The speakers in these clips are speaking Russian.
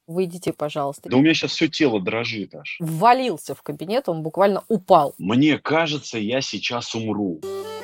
Выйдите, пожалуйста. Да у меня сейчас все тело дрожит аж. Ввалился в кабинет, он буквально упал. Мне кажется, я сейчас умру.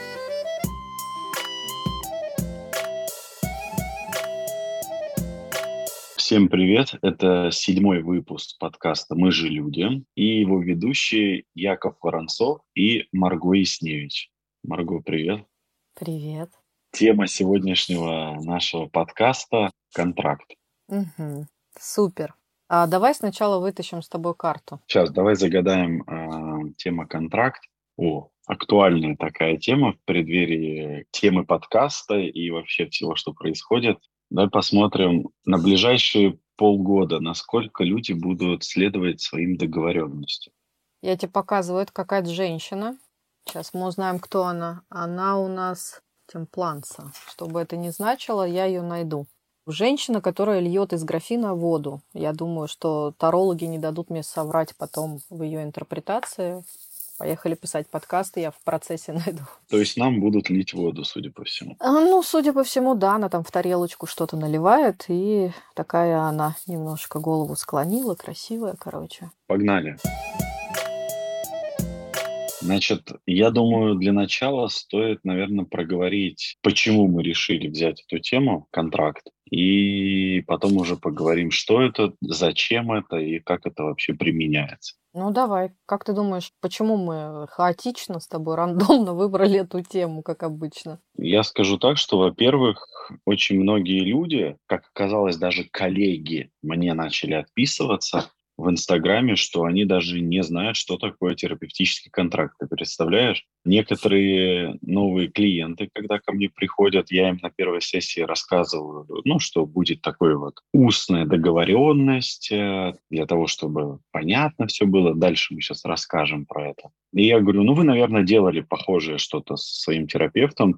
Всем привет! Это 7-й выпуск подкаста «Мы же люди» и его ведущие Яков Воронцов и Марго Ясневич. Марго, привет! Привет. Тема сегодняшнего нашего подкаста – контракт. Мгм. Супер. А давай сначала вытащим с тобой карту. Сейчас давай загадаем тема контракт. Актуальная такая тема в преддверии темы подкаста и вообще всего, что происходит. Давай посмотрим на ближайшие полгода, насколько люди будут следовать своим договоренностям. Я тебе показываю, это какая-то женщина. Сейчас мы узнаем, кто она. Она у нас темпланца. Что бы это ни значило, я ее найду. Женщина, которая льет из графина воду. Я думаю, что тарологи не дадут мне соврать потом в ее интерпретации. Поехали писать подкасты, я в процессе найду. То есть нам будут лить воду, судя по всему. Ну, судя по всему, да, она там в тарелочку что-то наливает, и такая она немножко голову склонила, красивая, короче. Погнали. Значит, я думаю, для начала стоит, наверное, проговорить, почему мы решили взять эту тему, контракт, и потом уже поговорим, что это, зачем это и как это вообще применяется. Ну, давай. Как ты думаешь, почему мы хаотично с тобой рандомно выбрали эту тему, как обычно? Я скажу так, что, во-первых, очень многие люди, как оказалось, даже коллеги мне начали отписываться в Инстаграме, что они даже не знают, что такое терапевтический контракт. Ты представляешь? Некоторые новые клиенты, когда ко мне приходят, я им на первой сессии рассказываю, ну, что будет такой вот устная договоренность для того, чтобы понятно все было. Дальше мы сейчас расскажем про это. И я говорю, ну, вы, наверное, делали похожее что-то со своим терапевтом,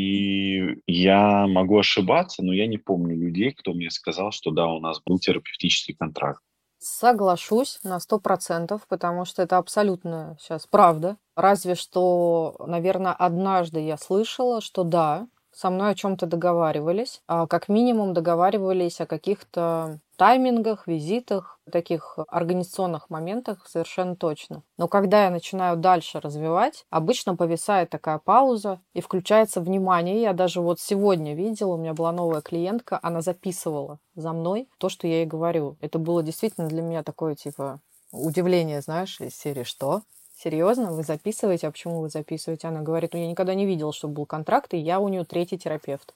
и я могу ошибаться, но я не помню людей, кто мне сказал, что да, у нас был терапевтический контракт. Соглашусь на 100%, потому что это абсолютно сейчас правда. Разве что, наверное, однажды я слышала, что да, со мной о чем-то договаривались, а как минимум договаривались о каких-то таймингах, визитах, таких организационных моментах совершенно точно. Но когда я начинаю дальше развивать, обычно повисает такая пауза и включается внимание. Я даже вот сегодня видела, у меня была новая клиентка, она записывала за мной то, что я ей говорю. Это было действительно для меня такое, типа, удивление, знаешь, из серии «Что? Серьезно? Вы записываете? А почему вы записываете?» Она говорит, ну я никогда не видела, чтобы был контракт, и я у нее третий терапевт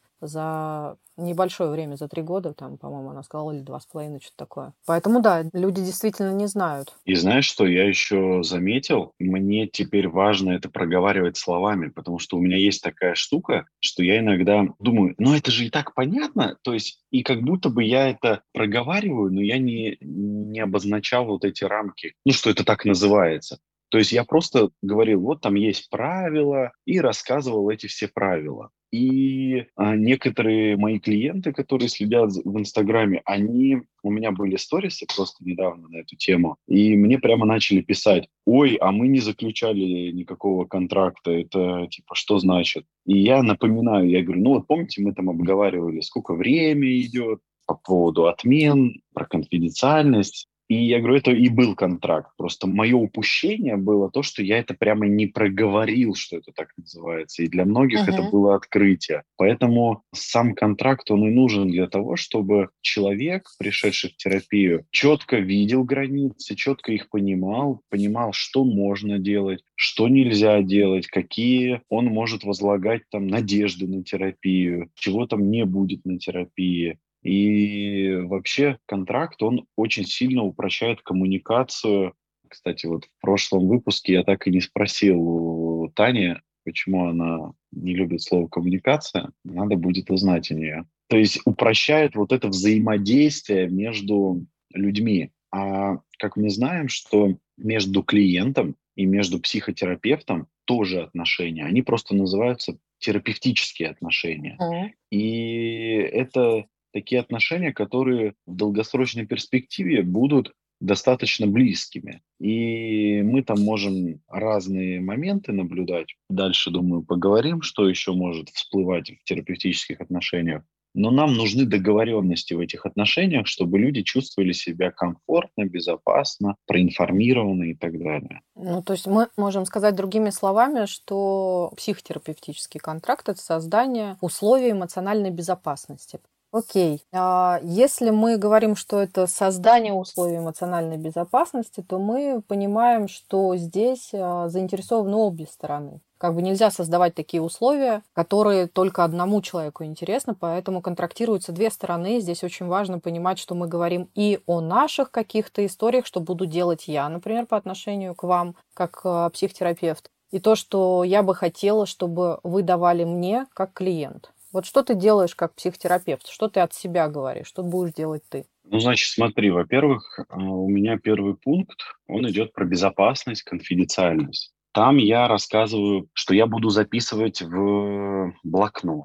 за небольшое время, за 3 года, там, по-моему, она сказала, или 2,5, что-то такое. Поэтому, да, люди действительно не знают. И знаешь, что я еще заметил? Мне теперь важно это проговаривать словами, потому что у меня есть такая штука, что я иногда думаю, ну это же и так понятно, то есть и как будто бы я это проговариваю, но я не обозначал вот эти рамки, ну что это так называется. То есть я просто говорил, вот там есть правила, и рассказывал эти все правила. И некоторые мои клиенты, которые следят в Инстаграме, у меня были сторисы просто недавно на эту тему, и мне прямо начали писать, ой, а мы не заключали никакого контракта, это типа что значит? И я напоминаю, я говорю, ну вот помните, мы там обговаривали, сколько время идет по поводу отмен, про конфиденциальность. И я говорю, это и был контракт. Просто мое упущение было то, что я это прямо не проговорил, что это так называется. И для многих это Мгм. было открытие. Поэтому сам контракт, он и нужен для того, чтобы человек, пришедший в терапию, четко видел границы, четко их понимал, что можно делать, что нельзя делать, какие он может возлагать там надежды на терапию, чего там не будет на терапии. И вообще контракт, он очень сильно упрощает коммуникацию. Кстати, вот в прошлом выпуске я так и не спросил у Тани, почему она не любит слово коммуникация. Надо будет узнать у нее. То есть упрощает вот это взаимодействие между людьми. А как мы знаем, что между клиентом и между психотерапевтом тоже отношения. Они просто называются терапевтические отношения. Мгм. И это такие отношения, которые в долгосрочной перспективе будут достаточно близкими. И мы там можем разные моменты наблюдать. Дальше, думаю, поговорим, что еще может всплывать в терапевтических отношениях. но нам нужны договоренности в этих отношениях, чтобы люди чувствовали себя комфортно, безопасно, проинформированно и так далее. Ну, то есть мы можем сказать другими словами, что психотерапевтический контракт– это создание условий эмоциональной безопасности. Окей. А если мы говорим, что это создание условий эмоциональной безопасности, то мы понимаем, что здесь заинтересованы обе стороны. Как бы нельзя создавать такие условия, которые только одному человеку интересны, поэтому контрактируются две стороны. Здесь очень важно понимать, что мы говорим и о наших каких-то историях, что буду делать я, например, по отношению к вам, как психотерапевт, и то, что я бы хотела, чтобы вы давали мне как клиент. Вот что ты делаешь как психотерапевт? Что ты от себя говоришь? Что будешь делать ты? Ну, значит, смотри, во-первых, у меня первый пункт, он идет про безопасность, конфиденциальность. Там я рассказываю, что я буду записывать в блокнот,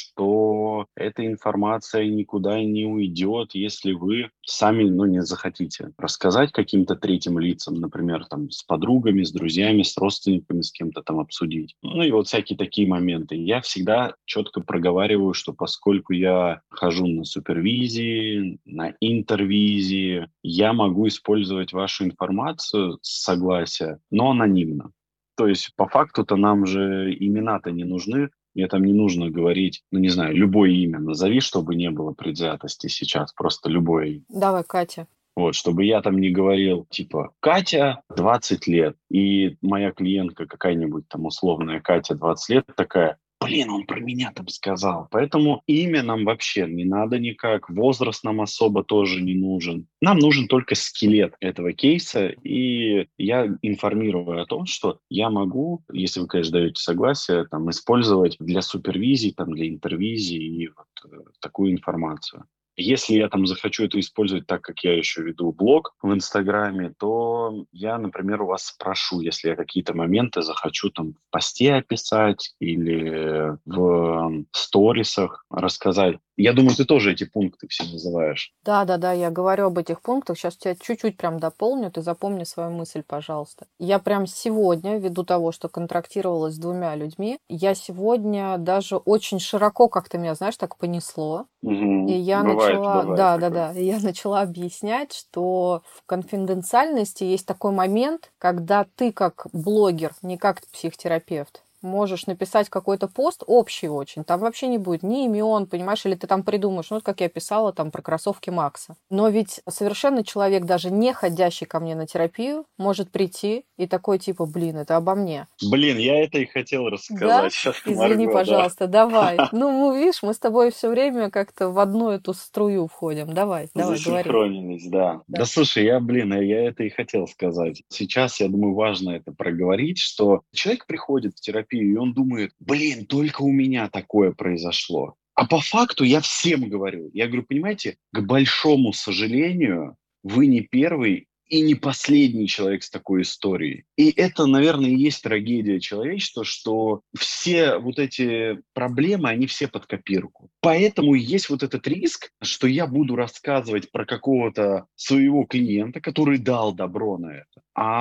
что эта информация никуда не уйдет, если вы сами, ну, не захотите рассказать каким-то третьим лицам, например, там, с подругами, с друзьями, с родственниками, с кем-то там обсудить. Ну, и вот всякие такие моменты. Я всегда четко проговариваю, что поскольку я хожу на супервизии, на интервизии, я могу использовать вашу информацию с согласия, но анонимно. То есть по факту-то нам же имена-то не нужны. Мне там не нужно говорить, ну не знаю, любое имя назови, чтобы не было предвзятости сейчас, просто любое имя. Давай, Катя. Вот, чтобы я там не говорил, типа, Катя, 20 лет, и моя клиентка какая-нибудь там условная Катя, 20 лет, такая, блин, он про меня там сказал. Поэтому имя нам вообще не надо никак, возраст нам особо тоже не нужен. Нам нужен только скелет этого кейса, и я информирую о том, что я могу, если вы, конечно, даете согласие, там, использовать для супервизии, там, для интервизии и вот такую информацию. Если я там захочу это использовать так, как я еще веду блог в Инстаграме, то я, например, у вас спрошу, если я какие-то моменты захочу там в посте описать или в сторисах рассказать. Я думаю, ты тоже эти пункты все называешь. Да, я говорю об этих пунктах. Сейчас тебя чуть-чуть прям дополню. Ты запомни свою мысль, пожалуйста. Я прям сегодня, ввиду того, что контрактировалась с двумя людьми, я сегодня даже очень широко как-то меня, знаешь, так понесло. И я Бывает, начала, бывает такое. и я начала объяснять, что в конфиденциальности есть такой момент, когда ты как блогер, не как психотерапевт, можешь написать какой-то пост общий очень, там вообще не будет ни имен, понимаешь, или ты там придумаешь, ну, вот как я писала там про кроссовки Макса. Но ведь совершенно человек, даже не ходящий ко мне на терапию, может прийти и такой типа, блин, это обо мне. Блин, я это и хотел Да? рассказать сейчас, Извини, Марго, да. пожалуйста, давай. Ну, мы, видишь, мы с тобой все время как-то в одну эту струю входим. Давай, говори. Засинхронились, да. Да. Да слушай, я это и хотел сказать. Сейчас, я думаю, важно это проговорить, что человек приходит в терапию, и он думает, блин, только у меня такое произошло. А по факту я всем говорю. Я говорю, понимаете, к большому сожалению, вы не первый и не последний человек с такой историей. И это, наверное, и есть трагедия человечества, что все вот эти проблемы, они все под копирку. Поэтому есть вот этот риск, что я буду рассказывать про какого-то своего клиента, который дал добро на это.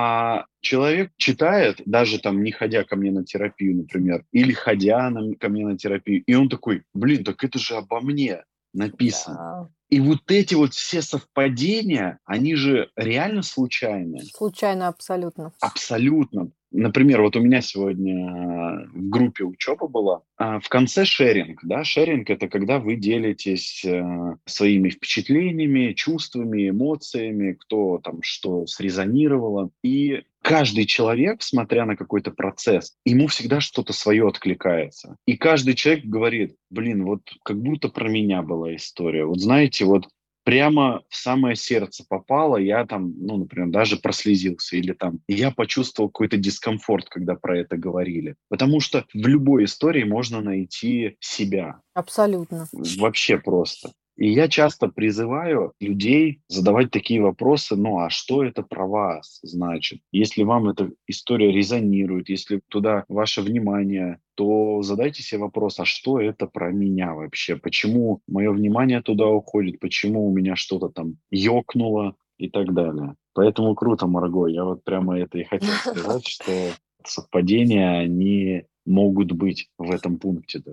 А человек читает, даже там не ходя ко мне на терапию, например, или ходя ко мне на терапию, и он такой, блин, так это же обо мне написано. Да. И вот эти вот все совпадения, они же реально случайны. Случайно абсолютно. Абсолютно. Например, вот у меня сегодня в группе учеба была. В конце шеринг. Да? Шеринг– это когда вы делитесь своими впечатлениями, чувствами, эмоциями, кто там что срезонировало. И каждый человек, смотря на какой-то процесс, ему всегда что-то свое откликается. И каждый человек говорит, блин, вот как будто про меня была история. Вот знаете, вот прямо в самое сердце попало, я там, ну, например, даже прослезился, или там я почувствовал какой-то дискомфорт, когда про это говорили. Потому что в любой истории можно найти себя. Абсолютно. Вообще просто. И я часто призываю людей задавать такие вопросы, ну а что это про вас значит? Если вам эта история резонирует, если туда ваше внимание, то задайте себе вопрос, а что это про меня вообще? Почему мое внимание туда уходит? Почему у меня что-то там ёкнуло и так далее? Поэтому круто, Марго. Я вот прямо это и хотел сказать, что совпадения, они могут быть в этом пункте даже.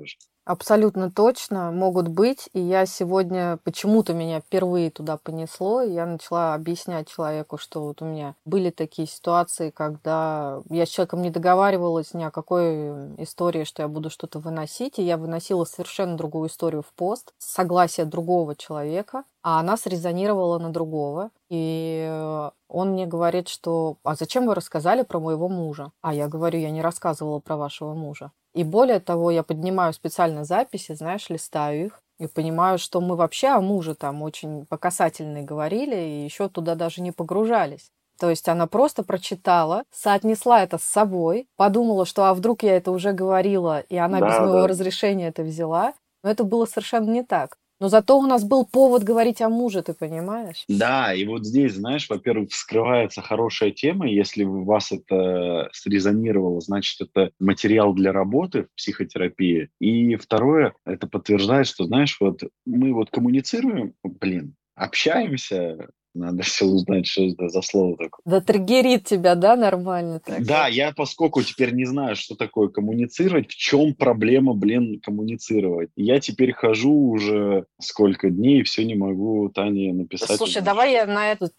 Абсолютно точно могут быть. И я сегодня почему-то меня впервые туда понесло. И я начала объяснять человеку, что вот у меня были такие ситуации, когда я с человеком не договаривалась ни о какой истории, что я буду что-то выносить. И я выносила совершенно другую историю в пост с согласия другого человека, а она срезонировала на другого. И он мне говорит, что «А зачем вы рассказали про моего мужа?» А я говорю, я не рассказывала про вашего мужа. И более того, я поднимаю специально записи, знаешь, листаю их, и понимаю, что мы вообще о муже там очень по касательной говорили, и еще туда даже не погружались. То есть она просто прочитала, соотнесла это с собой, подумала, что а вдруг я это уже говорила, и она без Да, моего да. разрешения это взяла. Но это было совершенно не так. Но зато у нас был повод говорить о муже, ты понимаешь? Да, и вот здесь, знаешь, во-первых, вскрывается хорошая тема. Если у вас это срезонировало, значит, это материал для работы в психотерапии. И второе, это подтверждает, что, знаешь, вот мы вот коммуницируем, блин, общаемся, надо все узнать, что это за слово такое. Да триггерит тебя, да, нормально так, да? Да, я поскольку теперь не знаю, что такое коммуницировать, в чем проблема, блин, коммуницировать. Я теперь хожу уже сколько дней и все не могу Тане написать, Слушай, узнать, давай что. я на этот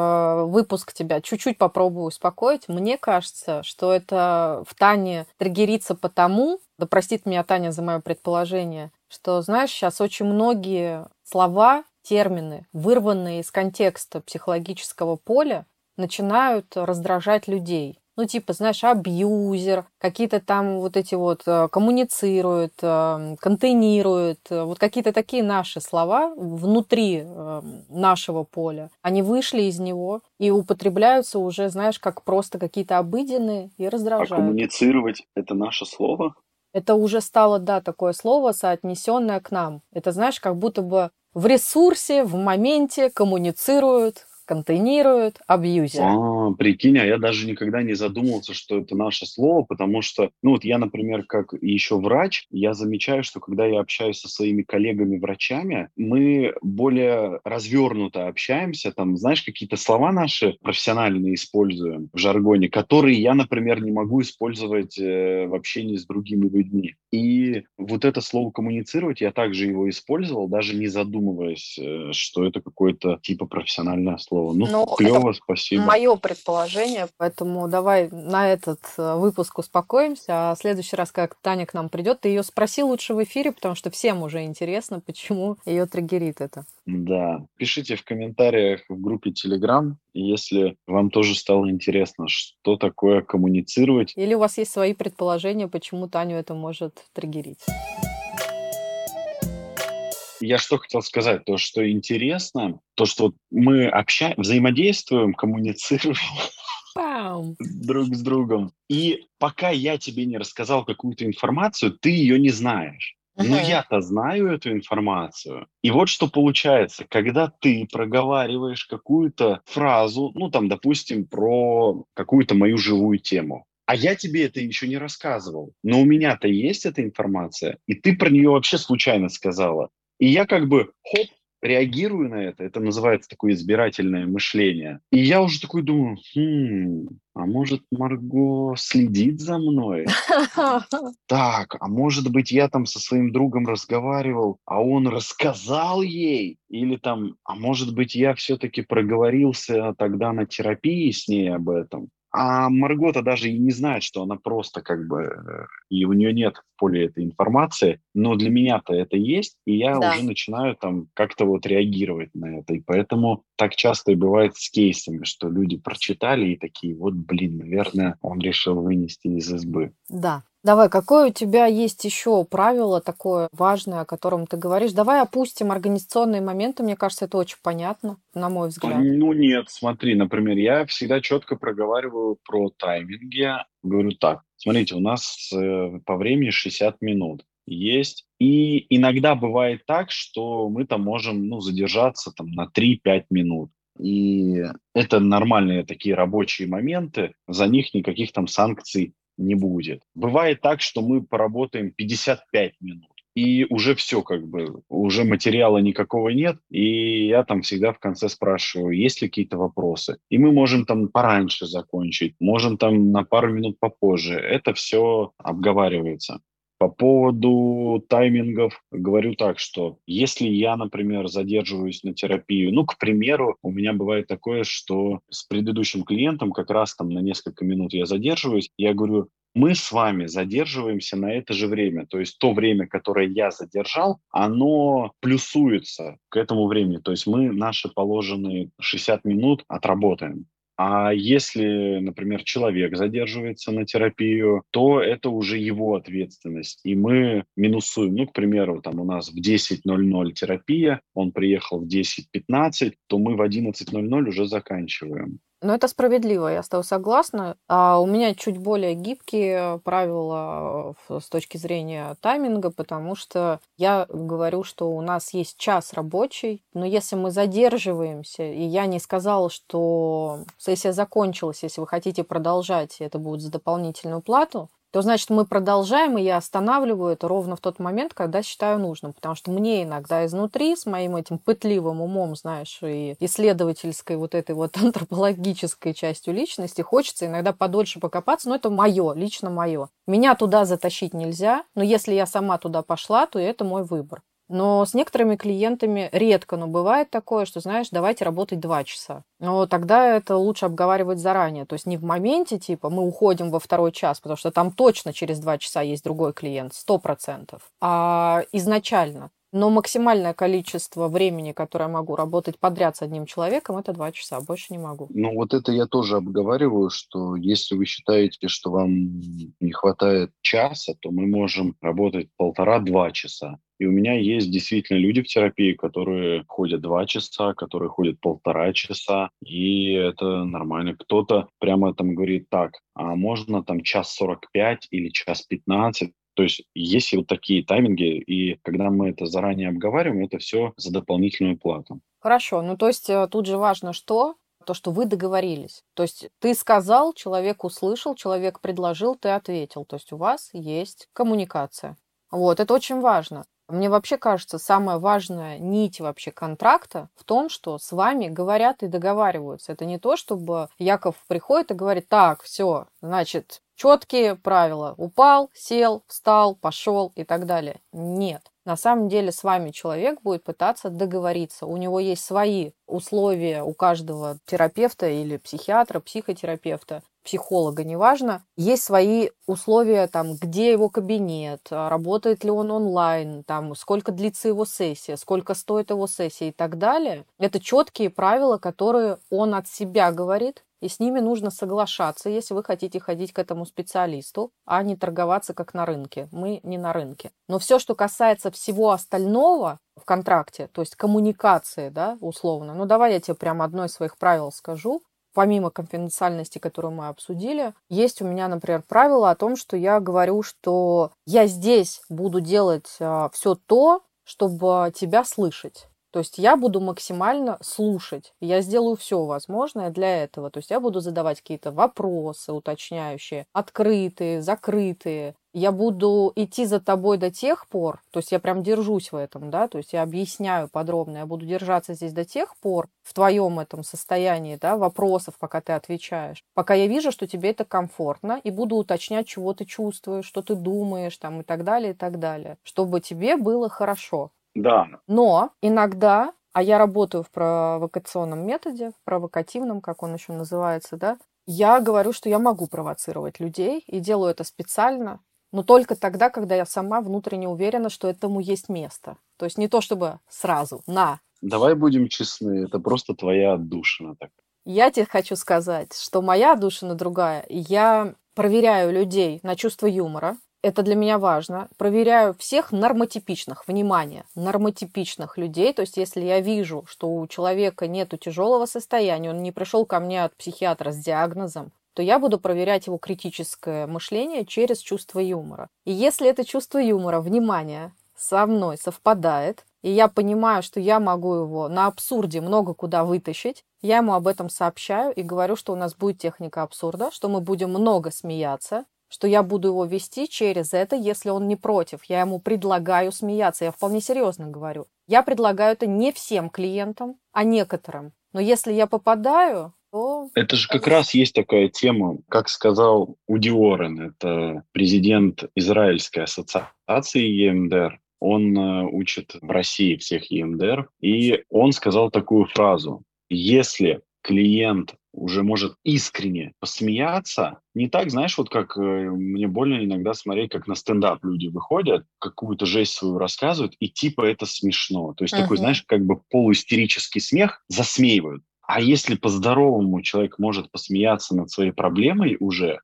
выпуск тебя чуть-чуть попробую успокоить. Мне кажется, что это в Тане триггерится потому, да простит меня Таня за мое предположение, что, знаешь, сейчас очень многие слова, термины, вырванные из контекста психологического поля, начинают раздражать людей. Ну, типа, знаешь, абьюзер, какие-то там вот эти вот коммуницируют, контейнируют, вот какие-то такие наши слова внутри нашего поля. Они вышли из него и употребляются уже, знаешь, как просто какие-то обыденные и А раздражают. коммуницировать — это наше слово? Это уже стало, да, такое слово, соотнесенное к нам. Это, знаешь, как будто бы в ресурсе, в моменте коммуницируют, контейнируют абьюзеры. Прикинь, а я даже никогда не задумывался, что это наше слово, потому что, ну вот я, например, как еще врач, я замечаю, что когда я общаюсь со своими коллегами-врачами, мы более развернуто общаемся, там, знаешь, какие-то слова наши профессиональные используем в жаргоне, которые я, например, не могу использовать в общении с другими людьми. И вот это слово коммуницировать, я также его использовал, даже не задумываясь, что это какое-то типа профессиональное слово. Ну, Ну, это клево, спасибо. мое предположение, поэтому давай на этот выпуск успокоимся, а в следующий раз, как Таня к нам придет, ты ее спроси лучше в эфире, потому что всем уже интересно, почему ее триггерит это. Да. Пишите в комментариях в группе Telegram, если вам тоже стало интересно, что такое коммуницировать. Или у вас есть свои предположения, почему Таню это может триггерить. Я что хотел сказать, то, что интересно, то, что вот мы взаимодействуем, коммуницируем Пам! друг с другом. И пока я тебе не рассказал какую-то информацию, ты ее не знаешь. Но Мгм. я-то знаю эту информацию. И вот что получается, когда ты проговариваешь какую-то фразу, ну там, допустим, про какую-то мою живую тему, а я тебе это еще не рассказывал, но у меня-то есть эта информация, и ты про нее вообще случайно сказала. И я как бы, хоп, реагирую на это называется такое избирательное мышление. И я уже такой думаю, а может Марго следит за мной? Так, а может быть, я там со своим другом разговаривал, а он рассказал ей? Или там, а может быть, я все-таки проговорился тогда на терапии с ней об этом? А Марго-то даже и не знает, что она просто как бы, и у нее нет в поле этой информации, но для меня-то это есть, и я Да. уже начинаю там как-то вот реагировать на это. И поэтому так часто и бывает с кейсами, что люди прочитали и такие, вот, блин, наверное, он решил вынести из избы. Да. Давай, какое у тебя есть еще правило такое важное, о котором ты говоришь? Давай опустим организационные моменты. Мне кажется, это очень понятно, на мой взгляд. Ну нет, смотри, например, я всегда четко проговариваю про тайминги. Говорю так, смотрите, у нас по времени 60 минут есть. И иногда бывает так, что мы там можем задержаться там, на 3-5 минут. И это нормальные такие рабочие моменты, за них никаких там санкций не будет. Бывает так, что мы поработаем 55 минут. И уже все, как бы, уже материала никакого нет, и я там всегда в конце спрашиваю, есть ли какие-то вопросы. И мы можем там пораньше закончить, можем там на пару минут попозже. Это все обговаривается. По поводу таймингов говорю так, что если я, например, задерживаюсь на терапию, ну, к примеру, у меня бывает такое, что с предыдущим клиентом как раз там на несколько минут я задерживаюсь, я говорю, мы с вами задерживаемся на это же время. То есть то время, которое я задержал, оно плюсуется к этому времени. То есть мы наши положенные 60 минут отработаем. А если, например, человек задерживается на терапию, то это уже его ответственность, и мы минусуем. Ну, к примеру, там у нас в 10:00 терапия, он приехал в 10:15, то мы в 11:00 уже заканчиваем. Но это справедливо, я с тобой согласна. У меня чуть более гибкие правила с точки зрения тайминга, потому что я говорю, что у нас есть час рабочий, но если мы задерживаемся, и я не сказала, что сессия закончилась, если вы хотите продолжать, это будет за дополнительную плату, то значит мы продолжаем, и я останавливаю это ровно в тот момент, когда считаю нужным. Потому что мне иногда изнутри, с моим этим пытливым умом, знаешь, и исследовательской вот этой вот антропологической частью личности, хочется иногда подольше покопаться, но это мое, лично мое. Меня туда затащить нельзя, но если я сама туда пошла, то это мой выбор. Но с некоторыми клиентами редко, но бывает такое, что, знаешь, давайте работать 2 часа. Но тогда это лучше обговаривать заранее. То есть не в моменте, типа, мы уходим во второй час, потому что там точно через 2 часа есть другой клиент, 100%, а изначально. Но максимальное количество времени, которое я могу работать подряд с одним человеком, это 2 часа, больше не могу. Ну, вот это я тоже обговариваю, что если вы считаете, что вам не хватает часа, то мы можем работать 1,5-2 часа. И у меня есть действительно люди в терапии, которые ходят 2 часа, которые ходят 1,5 часа, и это нормально. Кто-то прямо там говорит, так, а можно там 1:45 или 1:15. То есть вот такие тайминги, и когда мы это заранее обговариваем, это все за дополнительную плату. Хорошо, ну то есть тут же важно что? То, что вы договорились. То есть ты сказал, человек услышал, человек предложил, ты ответил. То есть у вас есть коммуникация. Вот, это очень важно. Мне вообще кажется, самая важная нить вообще контракта в том, что с вами говорят и договариваются. Это не то, чтобы Яков приходит и говорит, так, все, значит, четкие правила. Упал, сел, встал, пошел и так далее. Нет. На самом деле с вами человек будет пытаться договориться. У него есть свои условия у каждого терапевта или психиатра, психотерапевта, психолога, неважно. Есть свои условия, там, где его кабинет, работает ли он онлайн, там, сколько длится его сессия, сколько стоит его сессия и так далее. Это четкие правила, которые он от себя говорит, и с ними нужно соглашаться, если вы хотите ходить к этому специалисту, а не торговаться как на рынке. Мы не на рынке. Но все, что касается всего остального в контракте, то есть коммуникации, да, условно, ну давай я тебе прямо одно из своих правил скажу. Помимо конфиденциальности, которую мы обсудили, есть у меня, например, правило о том, что я говорю, что я здесь буду делать все то, чтобы тебя слышать. То есть я буду максимально слушать. Я сделаю все возможное для этого. То есть я буду задавать какие-то вопросы уточняющие, открытые, закрытые. Я буду идти за тобой до тех пор, то есть я прям держусь в этом, да, то есть я объясняю подробно, я буду держаться здесь до тех пор в твоем этом состоянии, да, вопросов, пока ты отвечаешь, пока я вижу, что тебе это комфортно, и буду уточнять, чего ты чувствуешь, что ты думаешь, там, и так далее, чтобы тебе было хорошо. Да, Но иногда, а я работаю в провокационном методе, в провокативном, как он еще называется, да, я говорю, что я могу провоцировать людей и делаю это специально, но только тогда, когда я сама внутренне уверена, что этому есть место. То есть не то чтобы сразу, на. давай будем честны, это просто твоя отдушина. Так. Я тебе хочу сказать, что моя отдушина другая. Я проверяю людей на чувство юмора. Это для меня важно. Проверяю всех нормотипичных, внимание, нормотипичных людей. То есть, если я вижу, что у человека нету тяжелого состояния, он не пришел ко мне от психиатра с диагнозом, то я буду проверять его критическое мышление через чувство юмора. И если это чувство юмора, внимание, со мной совпадает, и я понимаю, что я могу его на абсурде много куда вытащить, я ему об этом сообщаю и говорю, что у нас будет техника абсурда, что мы будем много смеяться, что я буду его вести через это, если он не против. Я ему предлагаю смеяться, я вполне серьезно говорю. Я предлагаю это не всем клиентам, а некоторым. Но если я попадаю, то Ну, Это же как раз есть такая тема, как сказал Уди Уоррен, это президент Израильской ассоциации ЕМДР. Он учит в России всех ЕМДР, и он сказал такую фразу: если клиент уже может искренне посмеяться, не так, знаешь, вот как мне больно иногда смотреть, как на стендап люди выходят, какую-то жесть свою рассказывают, и типа это смешно. То есть такой, мгм. знаешь, как бы полуистерический смех засмеивают. А если по-здоровому человек может посмеяться над своей проблемой уже,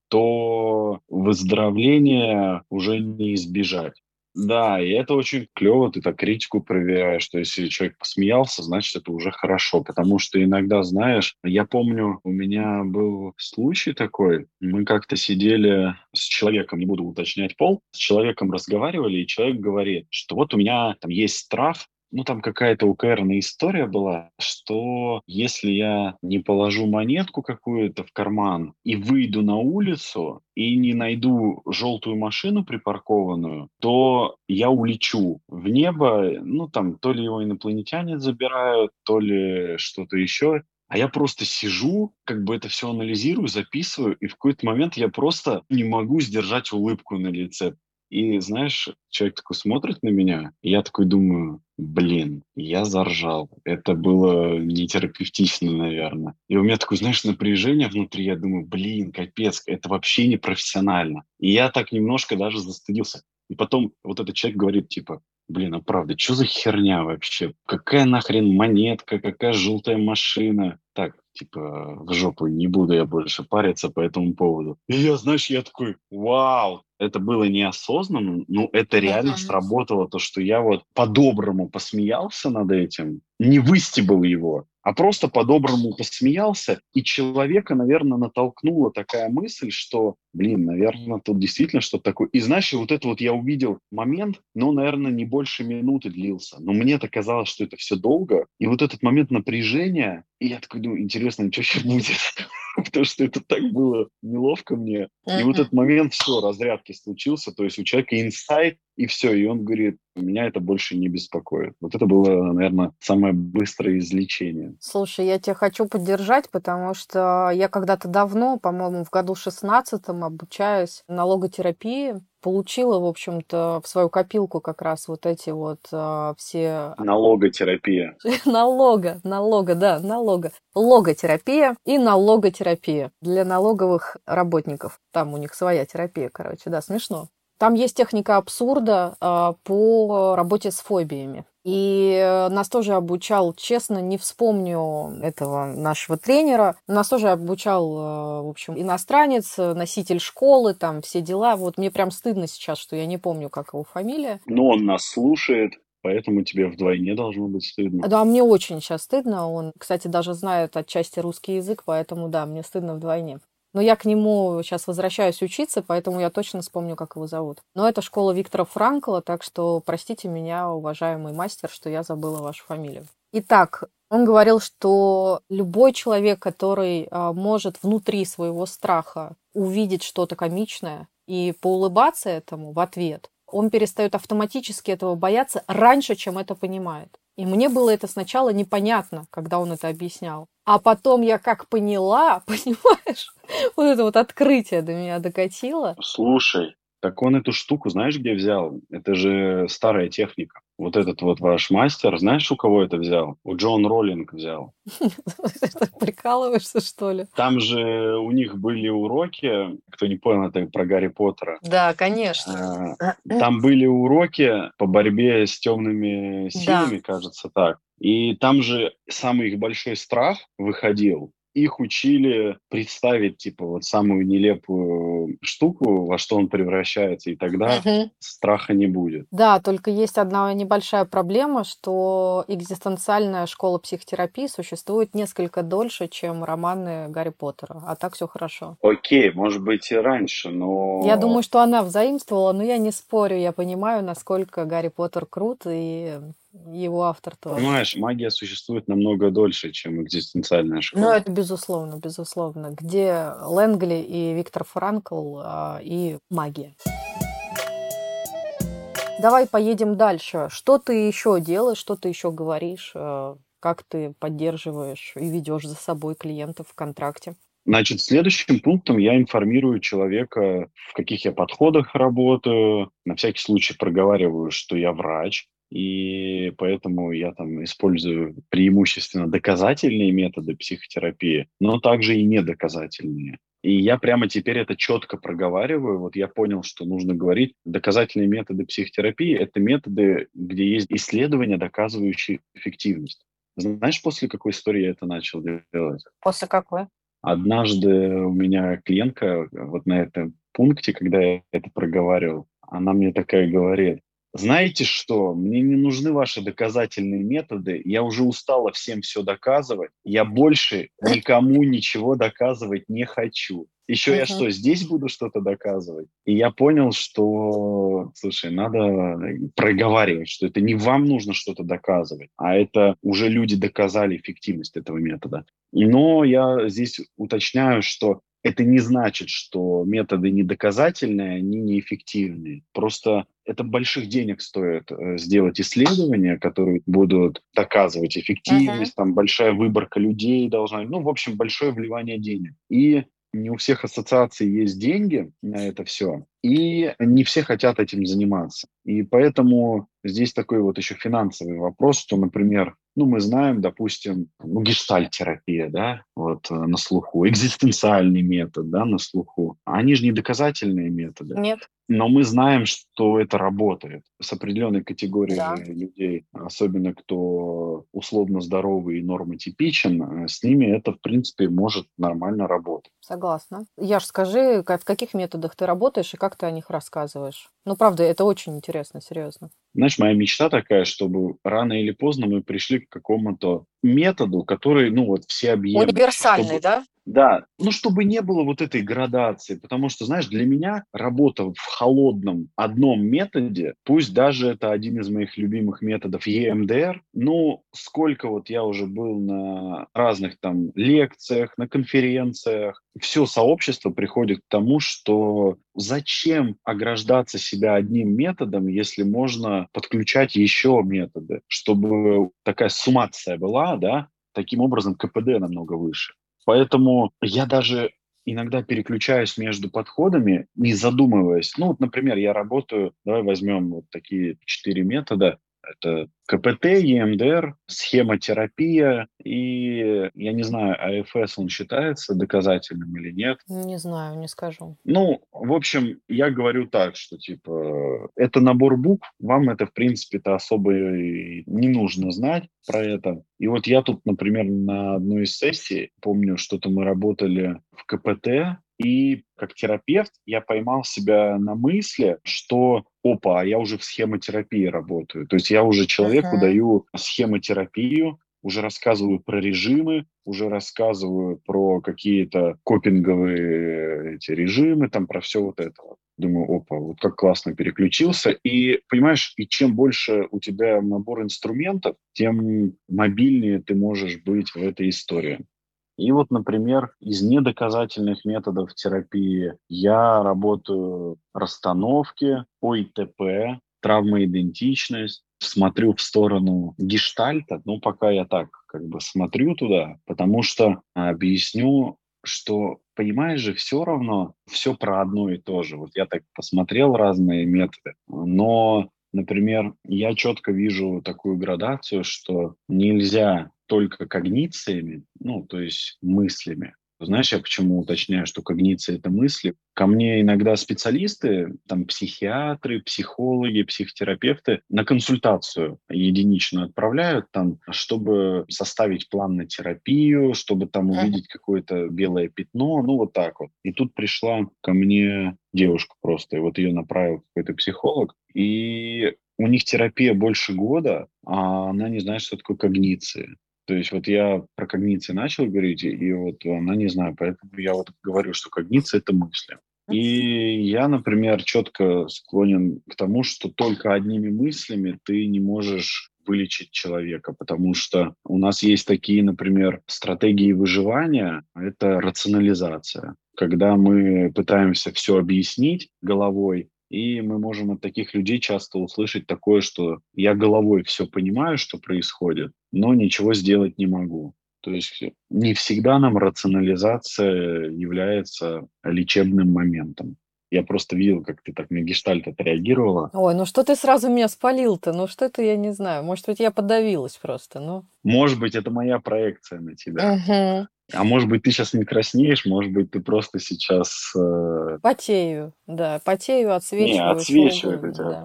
то выздоровления уже не избежать. Да, и это очень клево, ты так критику проверяешь, что если человек посмеялся, значит, это уже хорошо, потому что иногда, знаешь, я помню, у меня был случай такой, мы как-то сидели с человеком, не буду уточнять пол, с человеком разговаривали, и человек говорит, что вот у меня там есть страх, ну, там какая-то УКРная история была, что если я не положу монетку какую-то в карман и выйду на улицу и не найду желтую машину припаркованную, то я улечу в небо. Ну, там, то ли его инопланетяне забирают, то ли что-то еще. А я просто сижу, как бы это все анализирую, записываю, и в какой-то момент я просто не могу сдержать улыбку на лице. И, знаешь, человек такой смотрит на меня, и я такой думаю, блин, я заржал. Это было нетерапевтично, наверное. И у меня такое, знаешь, напряжение внутри. Я думаю, блин, капец, это вообще не профессионально. И я так немножко даже застыдился. И потом вот этот человек говорит, типа, блин, а правда, что за херня вообще? Какая нахрен монетка, какая желтая машина? Так, типа, в жопу, не буду я больше париться по этому поводу. И я, знаешь, я такой, вау, это было неосознанно, но это реально Мгм. сработало, то, что я вот по-доброму посмеялся над этим, не выстебал его, а просто по-доброму посмеялся, и человека, наверное, натолкнула такая мысль, что, блин, наверное, тут действительно что-то такое. И знаешь, и вот это вот я увидел момент, ну, наверное, не больше минуты длился, но мне-то казалось, что это все долго, и вот этот момент напряжения, и я такой думаю, интересно, что сейчас будет? Потому что это так было неловко мне. И вот этот Мгм. момент, все, разрядки случился, то есть у человека инсайт, и все, и он говорит, меня это больше не беспокоит. Вот это было, наверное, самое быстрое излечение. Слушай, я тебя хочу поддержать, потому что я когда-то давно, по-моему, в году 16 обучаюсь налоготерапии, получила, в общем-то, в свою копилку как раз вот эти вот все Налоготерапия. логотерапия и налоготерапия для налоговых работников. Там у них своя терапия, короче, да, смешно. Там есть техника абсурда по работе с фобиями. И нас тоже обучал, честно, не вспомню этого нашего тренера, нас тоже обучал, в общем, иностранец, носитель школы, там все дела. Вот мне прям стыдно сейчас, что я не помню, как его фамилия. Но он нас слушает, поэтому тебе вдвойне должно быть стыдно. Да, мне очень сейчас стыдно. Он, кстати, даже знает отчасти русский язык, поэтому, да, мне стыдно вдвойне. Но я к нему сейчас возвращаюсь учиться, поэтому я точно вспомню, как его зовут. Но это школа Виктора Франкла, так что простите меня, уважаемый мастер, что я забыла вашу фамилию. Итак, он говорил, что любой человек, который может внутри своего страха увидеть что-то комичное и поулыбаться этому в ответ, он перестает автоматически этого бояться раньше, чем это понимает. И мне было это сначала непонятно, когда он это объяснял. А потом я как поняла, понимаешь, вот это вот открытие до меня докатило. Слушай, так он эту штуку знаешь, где взял? Это же старая техника. Вот этот вот ваш мастер, знаешь, у кого это взял? У Джон Роллинг взял. Ты прикалываешься, что ли? Там же у них были уроки, кто не понял, это про Гарри Поттера. Да, конечно. А, Там были уроки по борьбе с темными Да. силами, кажется, так. И там же самый их большой страх выходил. Их учили представить, типа, вот самую нелепую штуку, во что он превращается, и тогда Мгм. страха не будет. Да, только есть одна небольшая проблема, что экзистенциальная школа психотерапии существует несколько дольше, чем романы Гарри Поттера. А так все хорошо. Окей, может быть и раньше, Я думаю, но что она взаимствовала, но я не спорю, я понимаю, насколько Гарри Поттер крут, и его автор тоже. понимаешь, магия существует намного дольше, чем экзистенциальная Ну, школа. это безусловно, безусловно. Где Лэнгли и Виктор Франкл и магия. Давай поедем дальше. Что ты еще делаешь, что ты еще говоришь? Как ты поддерживаешь и ведешь за собой клиентов в контракте? Значит, следующим пунктом я информирую человека, в каких я подходах работаю. На всякий случай проговариваю, что я врач, и поэтому я там использую преимущественно доказательные методы психотерапии, но также и недоказательные. И я прямо теперь это четко проговариваю. Вот я понял, что нужно говорить. Доказательные методы психотерапии – это методы, где есть исследования, доказывающие эффективность. Знаешь, после какой истории я это начал делать? После какой? Однажды у меня клиентка вот на этом пункте, когда я это проговаривал, она мне такая говорит: знаете что, мне не нужны ваши доказательные методы, я уже устала всем все доказывать, я больше никому ничего доказывать не хочу. Еще я Мгм. что, здесь буду что-то доказывать? И я понял, что, слушай, надо проговаривать, что это не вам нужно что-то доказывать, а это уже люди доказали эффективность этого метода. Но я здесь уточняю, что это не значит, что методы недоказательные, они неэффективные. Просто это больших денег стоит сделать исследования, которые будут доказывать Мгм. эффективность, там большая выборка людей должна, ну, в общем, большое вливание денег. И не у всех ассоциаций есть деньги на это все, и не все хотят этим заниматься. И поэтому здесь такой вот еще финансовый вопрос, что, например, ну, мы знаем, допустим, ну, гештальт-терапия, да, вот на слуху, экзистенциальный метод, да, на слуху. Они же не доказательные методы. Нет. Но мы знаем, что это работает с определенной Да. категорией людей, особенно кто условно здоровый и нормотипичен, с ними это, в принципе, может нормально работать. Согласна. Яш, скажи, в каких методах ты работаешь и как ты о них рассказываешь? Ну, правда, это очень интересно, серьезно. Знаешь, моя мечта такая, чтобы рано или поздно мы пришли к какому-то методу, который, ну, вот всеобъемлющий, Универсальный, чтобы, да? да, ну, чтобы не было вот этой градации, потому что, знаешь, для меня работа в холодном одном методе, пусть даже это один из моих любимых методов EMDR, ну, сколько вот я уже был на разных там лекциях, на конференциях, все сообщество приходит к тому, что зачем ограждаться себя одним методом, если можно подключать еще методы, чтобы такая суммация была, да, таким образом КПД намного выше. Поэтому я даже иногда переключаюсь между подходами, не задумываясь. Ну, вот, например, я работаю, давай возьмем вот такие 4 метода. Это КПТ, ЕМДР, схемотерапия и, я не знаю, АФС, он считается доказательным или нет. Не знаю, не скажу. Ну, в общем, я говорю так, что типа это набор букв, вам это, в принципе-то, особо и не нужно знать про это. И вот я тут, например, на одной из сессий, помню, что-то мы работали в КПТ, и как терапевт я поймал себя на мысли, что опа, а я уже в схемотерапии работаю. То есть я уже человеку Мгм. даю схемотерапию, уже рассказываю про режимы, уже рассказываю про какие-то копинговые эти режимы, там про все вот это вот. Думаю, опа, вот как классно переключился. И, понимаешь, и чем больше у тебя набор инструментов, тем мобильнее ты можешь быть в этой истории. И вот, например, из недоказательных методов терапии я работаю расстановки, ОИТП, травмоидентичность, смотрю в сторону гештальта, ну, пока я так как бы смотрю туда, потому что объясню, что, понимаешь же, все равно все про одно и то же. Вот я так посмотрел разные методы, но, например, я четко вижу такую градацию, что нельзя только когнициями, ну, то есть мыслями. Знаешь, я почему уточняю, что когниция – это мысли? Ко мне иногда специалисты, там, психиатры, психологи, психотерапевты на консультацию единичную отправляют, там, чтобы составить план на терапию, чтобы там Мгм. увидеть какое-то белое пятно, ну, вот так вот. И тут пришла ко мне девушка просто, и вот ее направил какой-то психолог, и у них терапия больше года, а она не знает, что такое когниция. То есть вот я про когниции начал говорить, и вот она не знаю, поэтому я вот говорю, что когниция – это мысли. И я, например, четко склонен к тому, что только одними мыслями ты не можешь вылечить человека, потому что у нас есть такие, например, стратегии выживания, это рационализация. Когда мы пытаемся все объяснить головой И мы можем от таких людей часто услышать такое, что я головой все понимаю, что происходит, но ничего сделать не могу. То есть не всегда нам рационализация является лечебным моментом. Я просто видел, как ты так на гештальт отреагировала. Ой, ну что ты сразу меня спалил-то? Ну что это я не знаю. Может быть, я подавилась просто, ну. Может быть, это моя проекция на тебя. Мгм. А может быть, ты сейчас не краснеешь, может быть, ты просто сейчас Потею, да, потею, не отсвечиваю, что отсвечивает у угодно, тебя. да.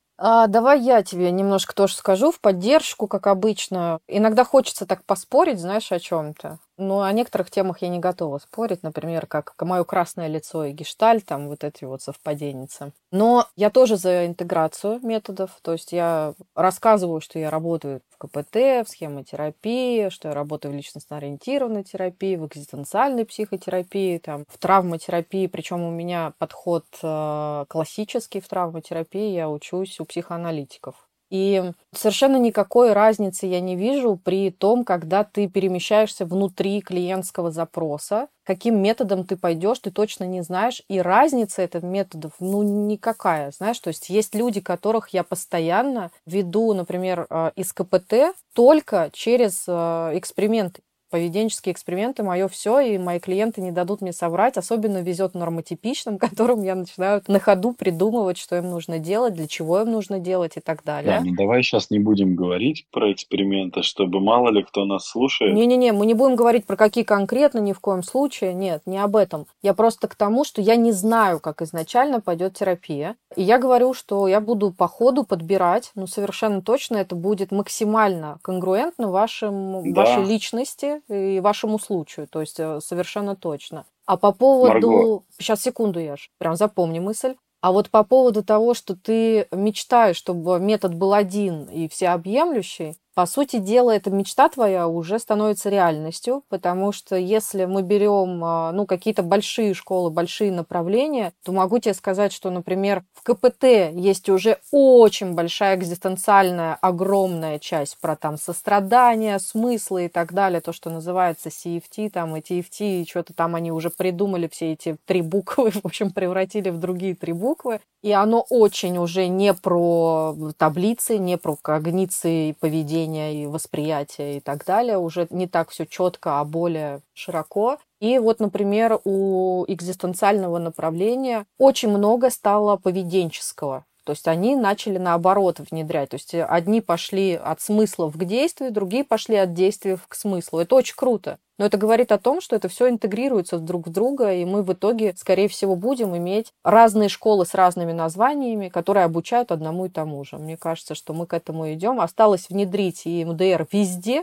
Давай я тебе немножко тоже скажу в поддержку, как обычно. Иногда хочется так поспорить, знаешь, о чем-то. Но о некоторых темах я не готова спорить, например, как мое красное лицо и гештальт, там вот эти вот совпаденицы. Но я тоже за интеграцию методов, то есть я рассказываю, что я работаю в КПТ, в схемотерапии, что я работаю в личностно-ориентированной терапии, в экзистенциальной психотерапии, там, в травматерапии, причем у меня подход классический в травматерапии, я учусь у психоаналитиков. И совершенно никакой разницы я не вижу при том, когда ты перемещаешься внутри клиентского запроса, каким методом ты пойдешь, ты точно не знаешь, и разница этих методов, ну, никакая, знаешь, то есть есть люди, которых я постоянно веду, например, из КПТ только через эксперименты. Поведенческие эксперименты — мое все, и мои клиенты не дадут мне соврать. Особенно везет нормотипичным, которым я начинаю на ходу придумывать, что им нужно делать, для чего им нужно делать и так Да, далее. ну давай сейчас не будем говорить про эксперименты, чтобы мало ли кто нас слушает. Не-не-не, мы не будем говорить про какие конкретно, ни в коем случае. Нет, не об этом. Я просто к тому, что я не знаю, как изначально пойдет терапия. И я говорю, что я буду по ходу подбирать, ну, совершенно точно это будет максимально конгруентно вашей Да, личности и вашему случаю. То есть совершенно точно. А по Марго, поводу... Сейчас, секунду, Яш, прям запомни мысль. А вот по поводу того, что ты мечтаешь, чтобы метод был один и всеобъемлющий, по сути дела, эта мечта твоя уже становится реальностью, потому что если мы берем, ну, какие-то большие школы, большие направления, то могу тебе сказать, что, например, в КПТ есть уже очень большая экзистенциальная, огромная часть про там сострадание, смыслы и так далее, то, что называется CFT, там и TFT, и что-то там они уже придумали все эти три буквы, в общем, превратили в другие три буквы. И оно очень уже не про таблицы, не про когниции, поведения и восприятия и так далее. Уже не так все четко, а более широко. И вот, например, у экзистенциального направления очень много стало поведенческого. То есть они начали наоборот внедрять. То есть одни пошли от смыслов к действию, другие пошли от действий к смыслу. Это очень круто. Но это говорит о том, что это все интегрируется друг в друга, и мы в итоге, скорее всего, будем иметь разные школы с разными названиями, которые обучают одному и тому же. Мне кажется, что мы к этому идем. Осталось внедрить и МДР везде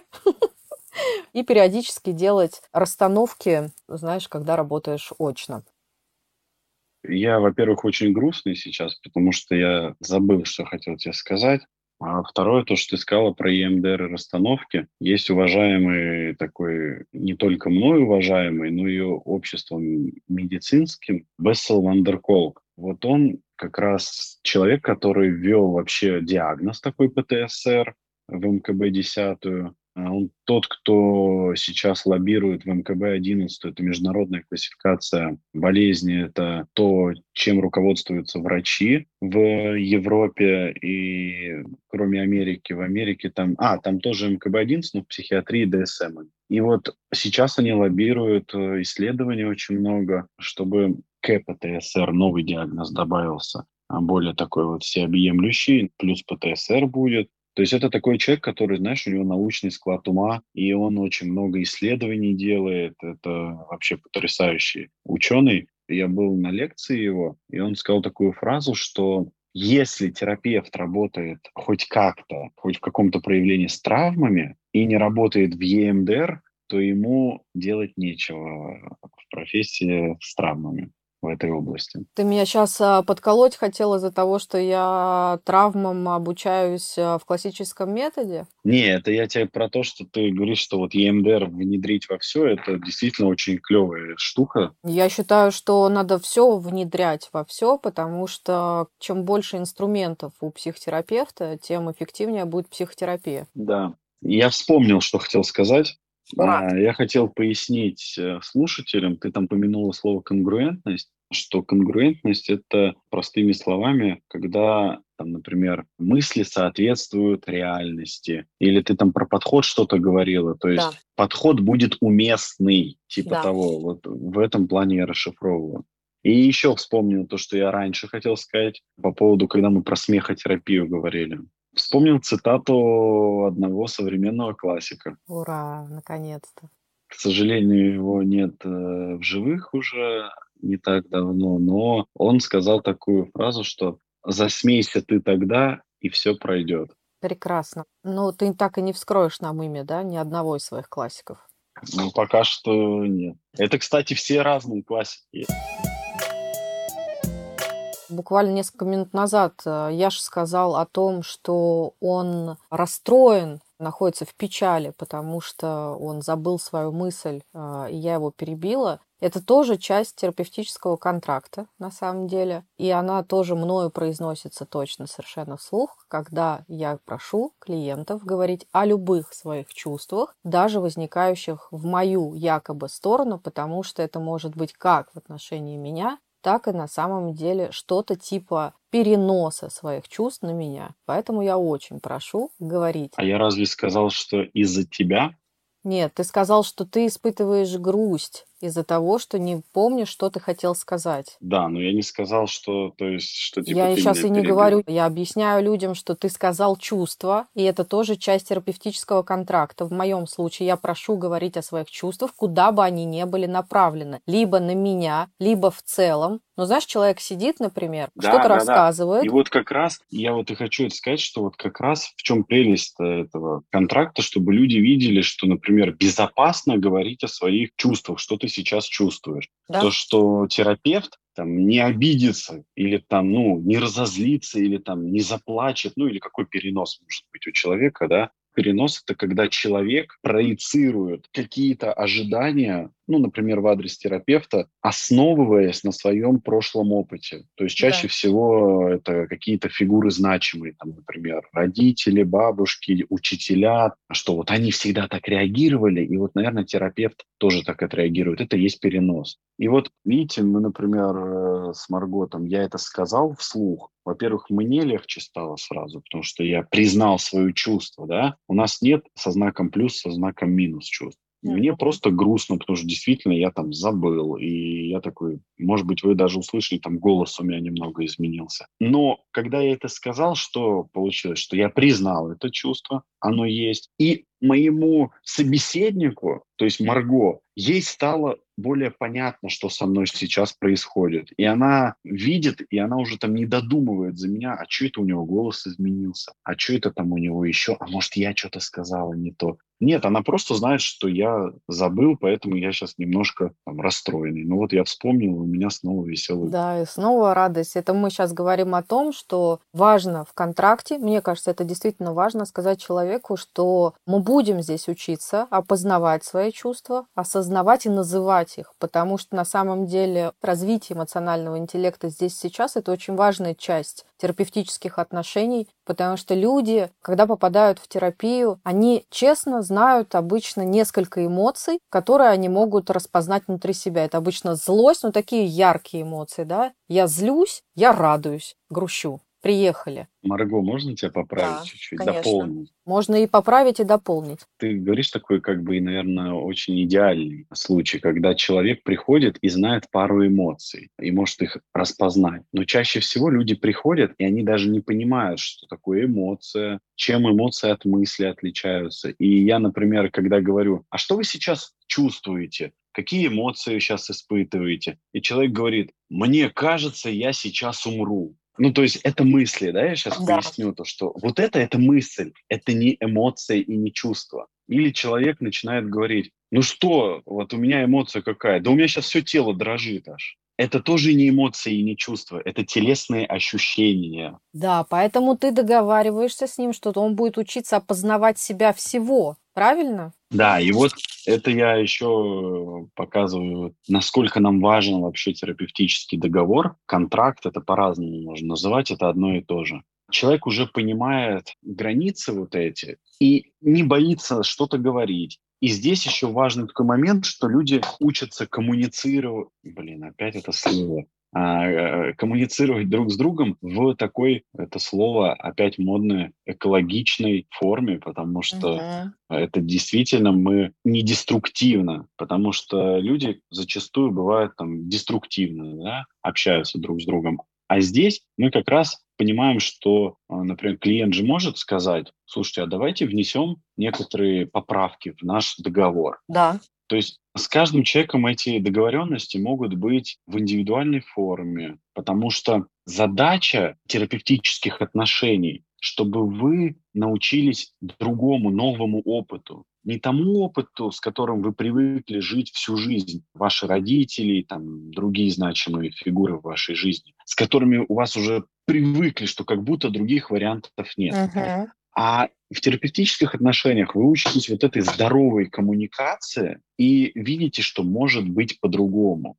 и периодически делать расстановки, знаешь, когда работаешь очно. я, во-первых, очень грустный сейчас, потому что я забыл, что хотел тебе сказать. А второе, то, что ты сказала про ЕМДР и расстановки. Есть уважаемый такой, не только мной уважаемый, но и обществом медицинским, Бессел Вандерколк. Вот он как раз человек, который ввел вообще диагноз такой ПТСР в МКБ-10. Он тот, кто сейчас лоббирует в МКБ-11, это международная классификация болезни, это то, чем руководствуются врачи в Европе и кроме Америки. В Америке там тоже МКБ-11, но в психиатрии ДСМ. И вот сейчас они лоббируют исследований очень много, чтобы к ПТСР новый диагноз добавился, более такой вот всеобъемлющий, плюс ПТСР будет. То есть это такой человек, который, знаешь, у него научный склад ума, и он очень много исследований делает. Это вообще потрясающий ученый. Я был на лекции его, и он сказал такую фразу, что если терапевт работает хоть как-то, хоть в каком-то проявлении с травмами и не работает в ЕМДР, то ему делать нечего в профессии с травмами в этой области. Ты меня сейчас подколоть хотел из-за того, что я травмам обучаюсь в классическом методе? Не, это я тебе про то, что ты говоришь, что вот EMDR внедрить во все, это действительно очень клевая штука. Я считаю, что надо все внедрять во все, потому что чем больше инструментов у психотерапевта, тем эффективнее будет психотерапия. Да. Я вспомнил, что хотел сказать. Рад. Я хотел пояснить слушателям, ты там помянула слово конгруентность, что конгруентность это простыми словами, когда там, например, мысли соответствуют реальности, или ты там про подход что-то говорила, то Да, есть подход будет уместный, типа да. того. Вот в этом плане я расшифровываю. И еще вспомнил то, что я раньше хотел сказать по поводу, когда мы про смехотерапию говорили. Вспомнил цитату одного современного классика. Ура, наконец-то. К сожалению, его нет в живых уже не так давно, но он сказал такую фразу, что «засмейся ты тогда, и все пройдет». Прекрасно. Но ты так и не вскроешь нам имя, да, ни одного из своих классиков. Ну, пока что нет. Это, кстати, все разные классики. Буквально несколько минут назад Яша сказал о том, что он расстроен, находится в печали, потому что он забыл свою мысль, и я его перебила. Это тоже часть терапевтического контракта, на самом деле. И она тоже мною произносится точно совершенно вслух, когда я прошу клиентов говорить о любых своих чувствах, даже возникающих в мою якобы сторону, потому что это может быть как в отношении меня, так и на самом деле что-то типа переноса своих чувств на меня. Поэтому я очень прошу говорить. А я разве сказал, что из-за тебя? Нет, ты сказал, что ты испытываешь грусть из-за того, что не помнишь, что ты хотел сказать. Да, но я не сказал, что, то есть, что типа Я ты сейчас меня и не перебил. говорю, я объясняю людям, что ты сказал чувства, и это тоже часть терапевтического контракта. В моем случае я прошу говорить о своих чувствах, куда бы они ни были направлены. Либо на меня, либо в целом. Но знаешь, человек сидит, например, Да, что-то да, да. И рассказывает. вот как раз, я вот и хочу это сказать, что вот как раз в чем прелесть этого контракта, чтобы люди видели, что, например, безопасно говорить о своих чувствах, что ты сейчас чувствуешь. Да. То, что терапевт там не обидится или там, ну, не разозлится или там не заплачет, ну, или какой перенос может быть у человека, да. Перенос – это когда человек проецирует какие-то ожидания, ну, например, в адрес терапевта, основываясь на своем прошлом опыте. То есть чаще Да. всего это какие-то фигуры значимые, там, например, родители, бабушки, учителя, что вот они всегда так реагировали, и вот, наверное, терапевт тоже так отреагирует. Это и есть перенос. И вот, видите, мы, например, с Марготом, я это сказал вслух. Во-первых, мне легче стало сразу, потому что я признал свое чувство, да. У нас нет со знаком плюс, со знаком минус чувств. Мне Мгм. просто грустно, потому что действительно я там забыл. И я такой, может быть, вы даже услышали, там голос у меня немного изменился. Но когда я это сказал, что получилось? Что я признал это чувство, оно есть. И моему собеседнику, то есть Марго, ей стало более понятно, что со мной сейчас происходит. И она видит, и она уже там не додумывает за меня, а что это у него голос изменился, а что это там у него еще, а может я что-то сказала не то. Нет, она просто знает, что я забыл, поэтому я сейчас немножко там расстроенный. Ну вот я вспомнил, у меня снова веселый. Да, и снова радость. Это мы сейчас говорим о том, что важно в контракте, мне кажется, это действительно важно сказать человеку, что мы будем здесь учиться опознавать свои чувства, осознавать и называть их, потому что на самом деле развитие эмоционального интеллекта здесь сейчас – это очень важная часть терапевтических отношений, потому что люди, когда попадают в терапию, они честно знают обычно несколько эмоций, которые они могут распознать внутри себя. Это обычно злость, но такие яркие эмоции, да. Я злюсь, я радуюсь, грущу. Приехали. Марго, можно тебя поправить Да, чуть-чуть, конечно. дополнить? Можно и поправить, и дополнить. Ты говоришь такой, как бы, наверное, очень идеальный случай, когда человек приходит и знает пару эмоций, и может их распознать. Но чаще всего люди приходят, и они даже не понимают, что такое эмоция, чем эмоции от мысли отличаются. И я, например, когда говорю, а что вы сейчас чувствуете? Какие эмоции сейчас испытываете? И человек говорит, мне кажется, я сейчас умру. Ну, то есть это мысли, да, я сейчас Да. поясню то, что вот это мысль, это не эмоция и не чувство. Или человек начинает говорить, ну что, вот у меня эмоция какая? Да у меня сейчас все тело дрожит аж. Это тоже не эмоции и не чувства, это телесные ощущения. Да, поэтому ты договариваешься с ним, что он будет учиться опознавать себя всего. Правильно? Да, и вот это я еще показываю, насколько нам важен вообще терапевтический договор. Контракт, это по-разному можно называть, это одно и то же. Человек уже понимает границы вот эти и не боится что-то говорить. И здесь еще важный такой момент, что люди учатся коммуницировать, опять это слово, коммуницировать друг с другом в такой, это слово опять модное, экологичной форме, потому что Мгм. это действительно мы не деструктивно, потому что люди зачастую бывают там деструктивно, да, общаются друг с другом. А здесь мы как раз понимаем, что, например, клиент же может сказать: слушайте, а давайте внесем некоторые поправки в наш договор. Да. То есть с каждым человеком эти договоренности могут быть в индивидуальной форме, потому что задача терапевтических отношений, чтобы вы научились другому, новому опыту. Не тому опыту, с которым вы привыкли жить всю жизнь, ваши родители, там, другие значимые фигуры в вашей жизни, с которыми у вас уже привыкли, что как будто других вариантов нет. Мгм. А в терапевтических отношениях вы учитесь вот этой здоровой коммуникации и видите, что может быть по-другому.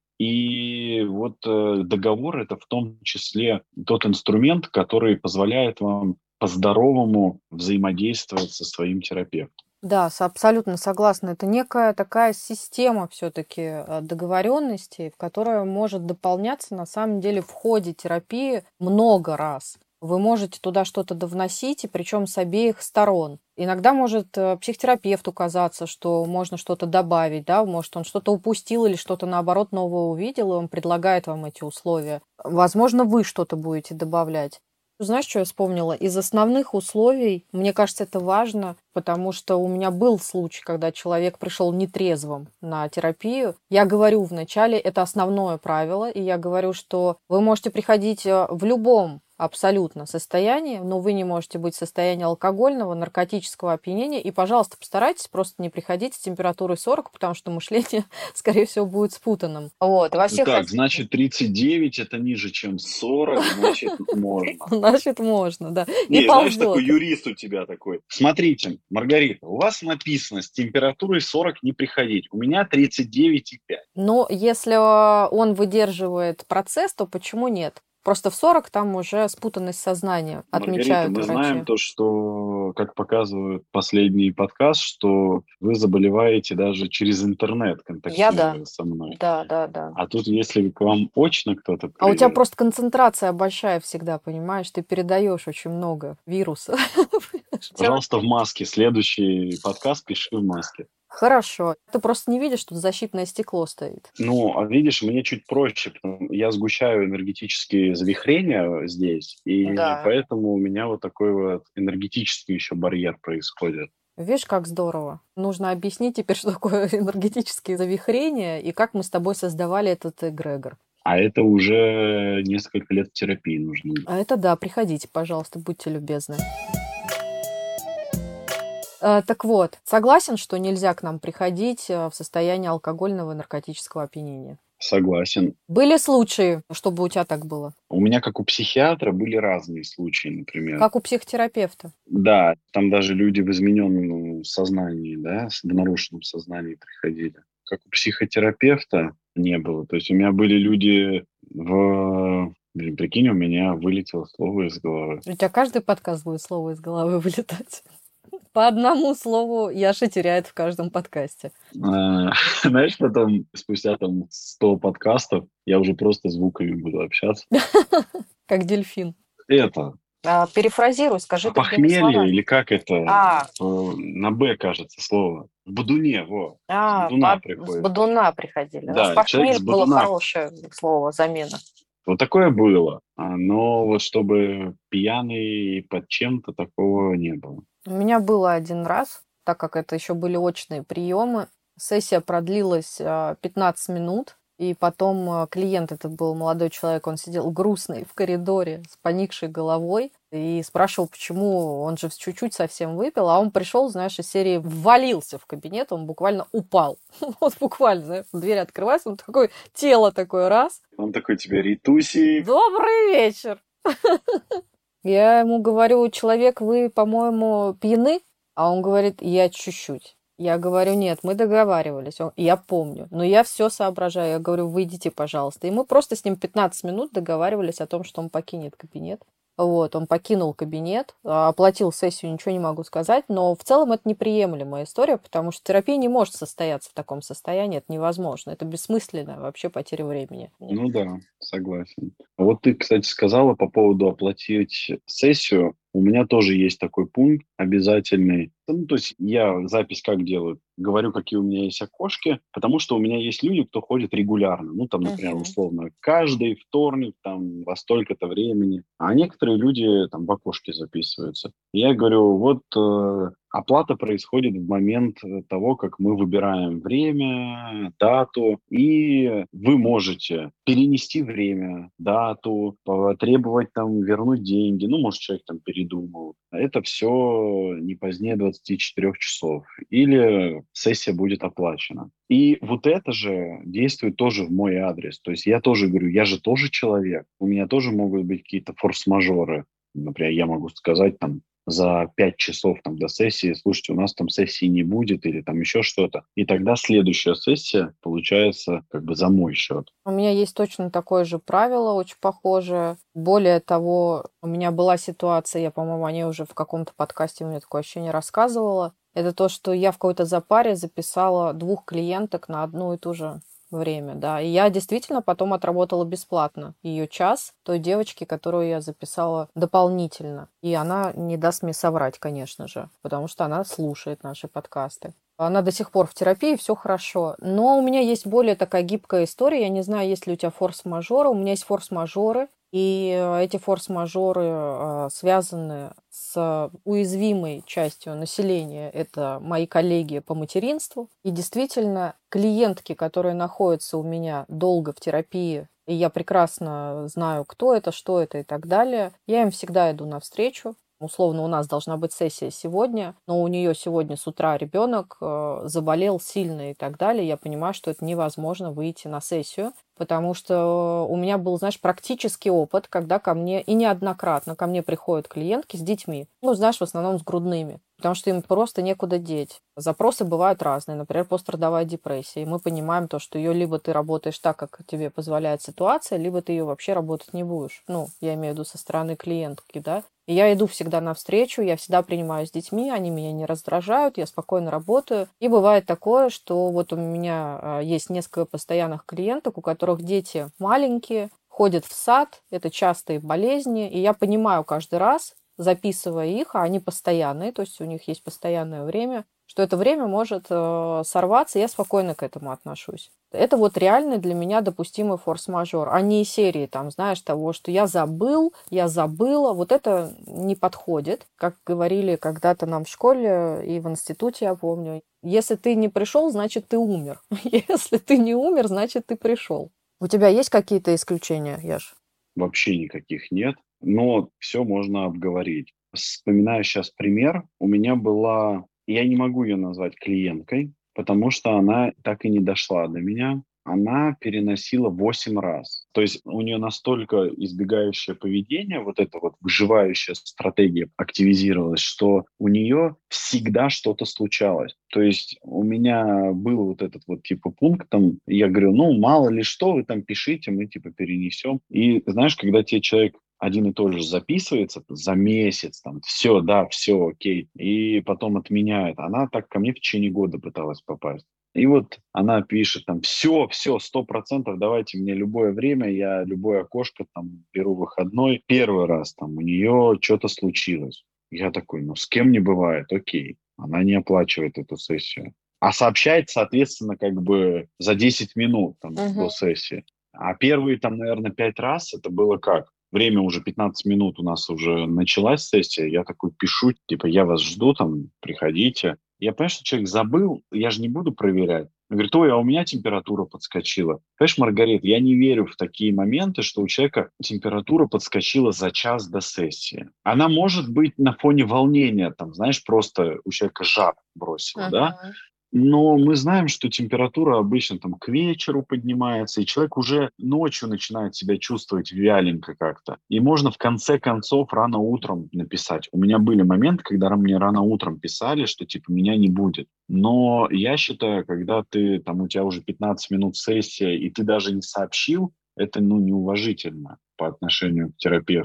И вот договор — это в том числе тот инструмент, который позволяет вам по-здоровому взаимодействовать со своим терапевтом. Да, абсолютно согласна. Это некая такая система все-таки договоренностей, в которая может дополняться на самом деле в ходе терапии много раз. Вы можете туда что-то довносить, и причем с обеих сторон. Иногда может психотерапевту казаться, что можно что-то добавить, да, может, он что-то упустил или что-то, наоборот, новое увидел, и он предлагает вам эти условия. Возможно, вы что-то будете добавлять. Знаешь, что я вспомнила? Из основных условий, мне кажется, это важно, потому что у меня был случай, когда человек пришел нетрезвым на терапию. Я говорю вначале, это основное правило, и я говорю, что вы можете приходить в любом абсолютно состоянии, но вы не можете быть в состоянии алкогольного, наркотического опьянения, и, пожалуйста, постарайтесь просто не приходить с температурой 40, потому что мышление, скорее всего, будет спутанным. Вот, во всех... Так, значит, 39 это ниже, чем 40, значит, можно. Значит, можно, да. И Не, знаешь, такой ползет. юрист у тебя такой. Смотрите, Маргарита, у вас написано с температурой 40 не приходить. У меня 39,5. Но если он выдерживает процесс, то почему нет? Просто в 40 там уже спутанность сознания, Маргарита, отмечают мы врачи. знаем то, что, как показывает последний подкаст, что вы заболеваете даже через интернет, Я да. контактируя со мной. Да. А тут, если к вам очно кто-то А у тебя придет, просто концентрация большая всегда, понимаешь? Ты передаешь очень много вируса. пожалуйста, в маске. Следующий подкаст пиши в маске. Хорошо. Ты просто не видишь, что защитное стекло стоит. Ну, а видишь, мне чуть проще, я сгущаю энергетические завихрения здесь, и Да. поэтому у меня вот такой вот энергетический еще барьер происходит. Видишь, как здорово. Нужно объяснить теперь, что такое энергетические завихрения и как мы с тобой создавали этот эгрегор. А это уже несколько лет терапии нужно. А это да, приходите, пожалуйста, будьте любезны. Так вот, согласен, что нельзя к нам приходить в состоянии алкогольного и наркотического опьянения? Согласен. Были случаи, чтобы у тебя так было? У меня, как у психиатра, были разные случаи, например. Как у психотерапевта? Да, там даже люди в измененном сознании, да, в нарушенном сознании приходили. Как у психотерапевта не было. То есть у меня были люди прикинь, у меня вылетело слово из головы. У тебя каждый подкаст будет слово из головы вылетать. По одному слову Яша теряет в каждом подкасте. Знаешь, потом, спустя там 100 подкастов, я уже просто звуками буду общаться. Как дельфин. Это Перефразируй, скажи другими похмелье словами. или как это? На «Б», кажется, слово. В Бодуне, с Бодуна С приходит. Бодуна приходили. Да, С человек похмелья с было Бодуна. хорошее слово, замена. Вот такое было. Но вот чтобы пьяный под чем-то, такого не было. У меня было один раз, так как это еще были очные приемы. Сессия продлилась 15 минут, и потом клиент, этот был молодой человек, он сидел грустный в коридоре с поникшей головой и спрашивал, почему он же чуть-чуть совсем выпил, а он пришел, знаешь, из серии ввалился в кабинет, он буквально упал. Вот буквально, знаешь, дверь открывается, он такой, тело такое раз. Он такой тебе: Ритуси. Добрый вечер. Я ему говорю, человек, вы, по-моему, пьяны? А он говорит, я чуть-чуть. Я говорю, нет, мы договаривались. Я помню, но я все соображаю. Я говорю, выйдите, пожалуйста. И мы просто с ним 15 минут договаривались о том, что он покинет кабинет. Вот, он покинул кабинет, оплатил сессию, ничего не могу сказать, но в целом это неприемлемая история, потому что терапия не может состояться в таком состоянии, это невозможно, это бессмысленная вообще потеря времени. Ну да, согласен. А вот ты, кстати, сказала по поводу оплатить сессию. У меня тоже есть такой пункт обязательный. Ну, то есть я запись как делаю? Говорю, какие у меня есть окошки, потому что у меня есть люди, кто ходит регулярно. Ну, там, например, Мгм. условно, каждый вторник, там, во столько-то времени. А некоторые люди там в окошке записываются. Я говорю, вот оплата происходит в момент того, как мы выбираем время, дату, и вы можете перенести время, дату, потребовать там вернуть деньги, ну, может, человек там передумал. Это все не позднее 24 часов. Или сессия будет оплачена. И вот это же действует тоже в мой адрес. То есть я тоже говорю, я же тоже человек, у меня тоже могут быть какие-то форс-мажоры. Например, я могу сказать там, за 5 часов там, до сессии, слушайте, у нас там сессии не будет или там еще что-то. И тогда следующая сессия получается как бы за мой счет. У меня есть точно такое же правило, очень похожее. Более того, у меня была ситуация, я, по-моему, о ней уже в каком-то подкасте, у меня такое ощущение, рассказывала. Это то, что я в какой-то запаре записала 2 клиенток на одну и ту же время, да. И я действительно потом отработала бесплатно ее час той девочки, которую я записала дополнительно. И она не даст мне соврать, конечно же, потому что она слушает наши подкасты. Она до сих пор в терапии, все хорошо. Но у меня есть более такая гибкая история. Я не знаю, есть ли у тебя форс-мажоры. У меня есть форс-мажоры. И эти форс-мажоры связаны с уязвимой частью населения. Это мои коллеги по материнству. И действительно, клиентки, которые находятся у меня долго в терапии, и я прекрасно знаю, кто это, что это и так далее, я им всегда иду навстречу. Условно, у нас должна быть сессия сегодня, но у нее сегодня с утра ребенок заболел сильно и так далее. Я понимаю, что это невозможно выйти на сессию, потому что у меня был, знаешь, практический опыт, когда ко мне, и неоднократно ко мне приходят клиентки с детьми, ну, знаешь, в основном с грудными, потому что им просто некуда деть. Запросы бывают разные, например, пострадовая депрессия. И мы понимаем то, что ее либо ты работаешь так, как тебе позволяет ситуация, либо ты ее вообще работать не будешь. Ну, я имею в виду со стороны клиентки, да. И я иду всегда навстречу, я всегда принимаю с детьми, они меня не раздражают, я спокойно работаю. И бывает такое, что вот у меня есть несколько постоянных клиенток, у которых дети маленькие, ходят в сад, это частые болезни, и я понимаю каждый раз, записывая их, а они постоянные, то есть у них есть постоянное время, что это время может сорваться, я спокойно к этому отношусь. Это вот реально для меня допустимый форс-мажор, а не из серии, там, знаешь, того, что я забыл, я забыла. Вот это не подходит. Как говорили когда-то нам в школе и в институте, я помню. Если ты не пришел, значит, ты умер. Если ты не умер, значит, ты пришел. У тебя есть какие-то исключения, Яш? Вообще никаких нет, но все можно обговорить. Вспоминаю сейчас пример. У меня была, я не могу ее назвать клиенткой, потому что она так и не дошла до меня. Она переносила 8 раз. То есть у нее настолько избегающее поведение, вот эта вот выживающая стратегия активизировалась, что у нее всегда что-то случалось. То есть у меня был вот этот вот типа пункт, там, я говорю, ну, мало ли что, вы там пишите, мы типа перенесем. И знаешь, когда тебе человек один и тот же записывается за месяц, там, все, да, все, окей, и потом отменяет. Она так ко мне в течение года пыталась попасть. И вот она пишет там, все, 100%, давайте мне любое время, я любое окошко там беру выходной. Первый раз там у нее что-то случилось. Я такой, ну с кем не бывает, окей. Она не оплачивает эту сессию. А сообщает, соответственно, как бы за 10 минут там, до сессии. А первые там, наверное, 5 раз это было как? Время уже 15 минут у нас уже началась сессия. Я такой пишу, типа, я вас жду, там, приходите. Я понимаю, что человек забыл, я же не буду проверять. Он говорит, ой, а у меня температура подскочила. Понимаешь, Маргарит, я не верю в такие моменты, что у человека температура подскочила за час до сессии. Она может быть на фоне волнения, там, знаешь, просто у человека жар бросила, да? Мгм. Но мы знаем, что температура обычно там к вечеру поднимается, и человек уже ночью начинает себя чувствовать вяленько как-то. И можно в конце концов рано утром написать. У меня были моменты, когда мне рано утром писали, что типа меня не будет. Но я считаю, когда ты там у тебя уже 15 минут сессия, и ты даже не сообщил, это ну неуважительно по отношению к терапевту.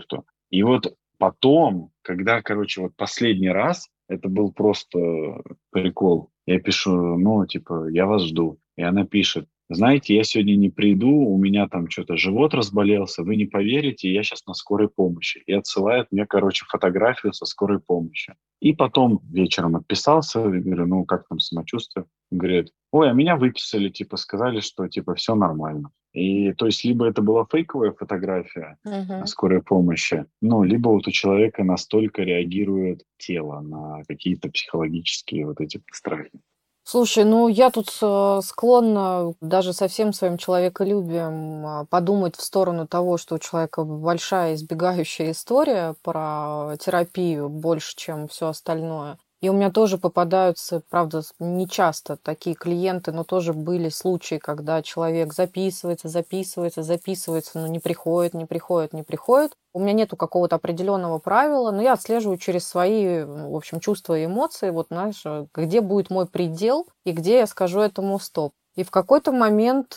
И вот потом, когда, короче, вот последний раз, это был просто прикол. Я пишу, ну, типа, я вас жду. И она пишет, знаете, я сегодня не приду, у меня там что-то живот разболелся, вы не поверите, я сейчас на скорой помощи. И отсылает мне, короче, фотографию со скорой помощи. И потом вечером отписался, говорю, ну, как там самочувствие? Говорит, ой, а меня выписали, типа, сказали, что, типа, все нормально. И, то есть, либо это была фейковая фотография, Мгм. скорой помощи. Ну, либо вот у человека настолько реагирует тело на какие-то психологические вот эти страхи. Слушай, ну я тут склонна даже со всем своим человеколюбием подумать в сторону того, что у человека большая избегающая история про терапию больше, чем все остальное. И у меня тоже попадаются, правда, не часто такие клиенты, но тоже были случаи, когда человек записывается, записывается, записывается, но не приходит, не приходит, не приходит. У меня нету какого-то определенного правила, но я отслеживаю через свои, в общем, чувства и эмоции, вот, знаешь, где будет мой предел и где я скажу этому стоп. И в какой-то момент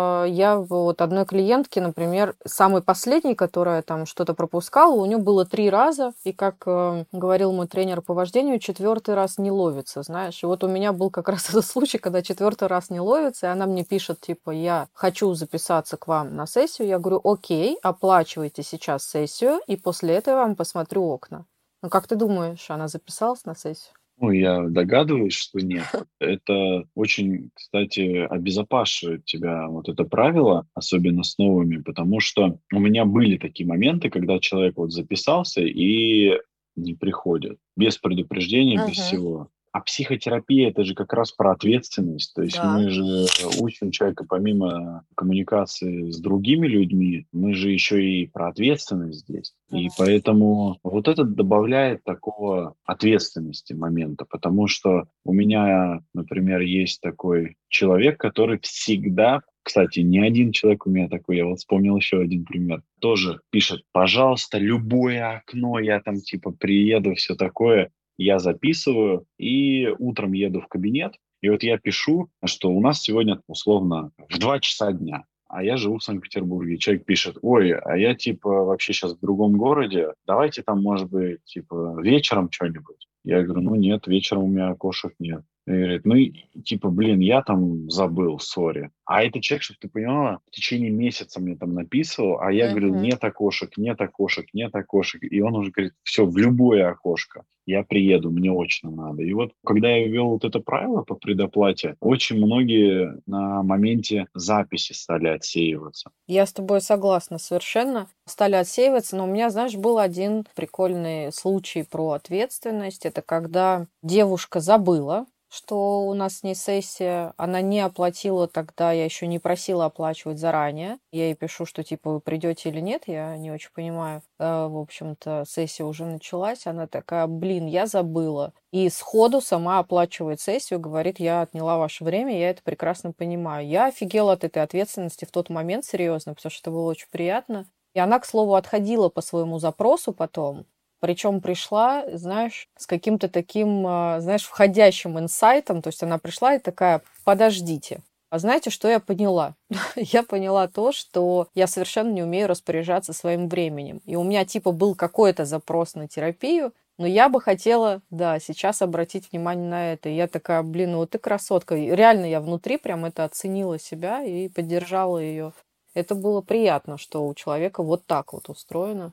я вот одной клиентке, например, самой последней, которая там что-то пропускала, у нее было 3 раза, и, как говорил мой тренер по вождению, 4-й раз не ловится, знаешь. И вот у меня был как раз этот случай, когда 4-й раз не ловится, и она мне пишет, типа, я хочу записаться к вам на сессию. Я говорю, окей, оплачивайте сейчас сессию, и после этого я вам посмотрю окна. Ну, как ты думаешь, она записалась на сессию? Ну, я догадываюсь, что нет. Это очень, кстати, обезопашивает тебя, вот это правило, особенно с новыми, потому что у меня были такие моменты, когда человек вот записался и не приходит. Без предупреждения, без Мгм. всего. А психотерапия – это же как раз про ответственность. То есть Да. мы же учим человека помимо коммуникации с другими людьми, мы же еще и про ответственность здесь. И поэтому вот это добавляет такого ответственности момента, потому что у меня, например, есть такой человек, который всегда, кстати, не один человек у меня такой, я вот вспомнил еще один пример, тоже пишет, пожалуйста, любое окно, я там типа приеду, все такое, я записываю и утром еду в кабинет, и вот я пишу, что у нас сегодня условно в 2 часа дня. А я живу в Санкт-Петербурге. Человек пишет, ой, а я типа вообще сейчас в другом городе, давайте там, может быть, типа вечером что-нибудь. Я говорю, ну нет, вечером у меня окошек нет. И говорит, ну и типа, блин, я там забыл, сори. А этот человек, чтобы ты поняла, в течение месяца мне там написывал, а я говорил, Мгм. нет окошек, нет окошек, нет окошек. И он уже говорит, все, в любое окошко я приеду, мне очень надо. И вот, когда я ввел вот это правило по предоплате, очень многие на моменте записи стали отсеиваться. Я с тобой согласна совершенно. Стали отсеиваться, но у меня, знаешь, был один прикольный случай про ответственность. Это когда девушка забыла, что у нас с ней сессия. Она не оплатила тогда, я еще не просила оплачивать заранее. Я ей пишу, что типа вы придете или нет, я не очень понимаю. В общем-то, сессия уже началась. Она такая, блин, я забыла. И сходу сама оплачивает сессию, говорит, я отняла ваше время, я это прекрасно понимаю. Я офигела от этой ответственности в тот момент, серьезно, потому что это было очень приятно. И она, к слову, отходила по своему запросу потом, причем пришла, знаешь, с каким-то таким, знаешь, входящим инсайтом, то есть она пришла и такая, подождите, а знаете, что я поняла? Я поняла то, что я совершенно не умею распоряжаться своим временем. И у меня типа был какой-то запрос на терапию, но я бы хотела, да, сейчас обратить внимание на это. И я такая, блин, ну вот ты красотка. И реально я внутри прям это оценила себя и поддержала ее. Это было приятно, что у человека вот так вот устроено.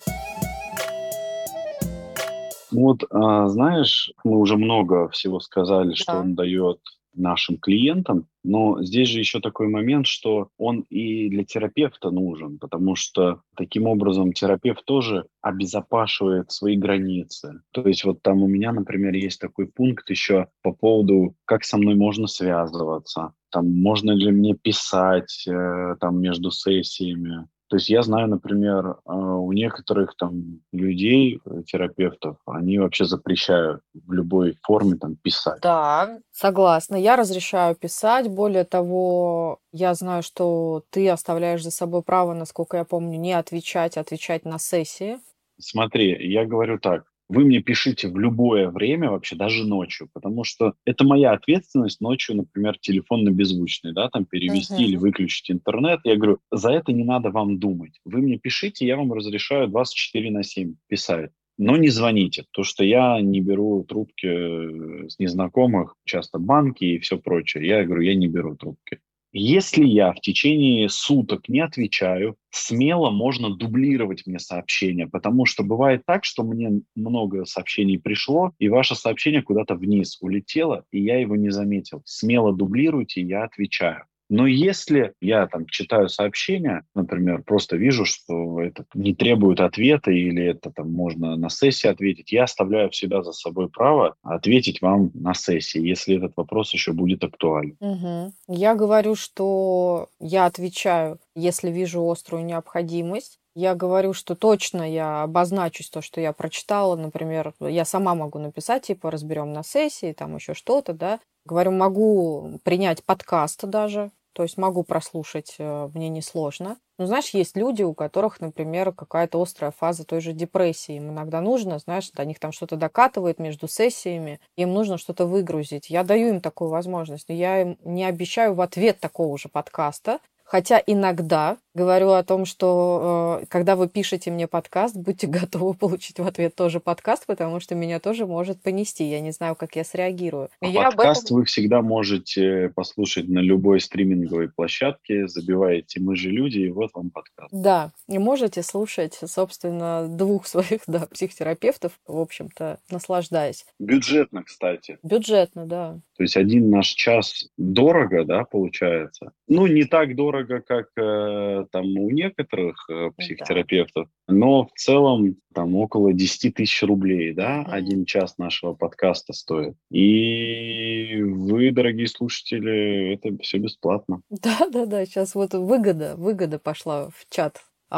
Ну вот, знаешь, мы уже много всего сказали, что Да. он дает нашим клиентам, но здесь же еще такой момент, что он и для терапевта нужен, потому что таким образом терапевт тоже обезопашивает свои границы. То есть вот там у меня, например, есть такой пункт еще по поводу, как со мной можно связываться, там можно ли мне писать там между сессиями. То есть я знаю, например, у некоторых там людей, терапевтов, они вообще запрещают в любой форме там писать. Да, согласна. Я разрешаю писать. Более того, я знаю, что ты оставляешь за собой право, насколько я помню, не отвечать, а отвечать на сессии. Смотри, я говорю так, вы мне пишите в любое время вообще, даже ночью, потому что это моя ответственность ночью, например, телефон на беззвучный, да, там перевести или Мгм. выключить интернет. Я говорю, за это не надо вам думать. Вы мне пишите, я вам разрешаю 24/7 писать. Но не звоните, потому что я не беру трубки с незнакомых, часто банки и все прочее. Я говорю, я не беру трубки. Если я в течение суток не отвечаю, смело можно дублировать мне сообщение, потому что бывает так, что мне много сообщений пришло, и ваше сообщение куда-то вниз улетело, и я его не заметил. Смело дублируйте, я отвечаю. Но если я там читаю сообщение, например, просто вижу, что это не требует ответа или это там можно на сессии ответить, я оставляю всегда за собой право ответить вам на сессии, если этот вопрос еще будет актуален. Мгм. Я говорю, что я отвечаю, если вижу острую необходимость. Я говорю, что точно я обозначусь то, что я прочитала. Например, я сама могу написать, типа, разберем на сессии, там еще что-то, да. Говорю, могу принять подкаст даже, то есть могу прослушать, мне несложно. Но знаешь, есть люди, у которых, например, какая-то острая фаза той же депрессии. Им иногда нужно, знаешь, до них там что-то докатывает между сессиями, им нужно что-то выгрузить. Я даю им такую возможность, но я им не обещаю в ответ такого же подкаста. Хотя иногда говорю о том, что когда вы пишете мне подкаст, будьте готовы получить в ответ тоже подкаст, потому что меня тоже может понести. Я не знаю, как я среагирую. И А я об подкаст этом... вы всегда можете послушать на любой стриминговой площадке. Забиваете «Мы же люди», и вот вам подкаст. Да, и можете слушать, собственно, двух своих, да, психотерапевтов, в общем-то, наслаждаясь. Бюджетно, кстати. Бюджетно, да. То есть один наш час дорого, да, получается. Ну, не так дорого, как там у некоторых Да. психотерапевтов, но в целом там около 10 000 рублей, да, Мгм. один час нашего подкаста стоит. И вы, дорогие слушатели, это все бесплатно. Да-да-да, сейчас вот выгода пошла в чат.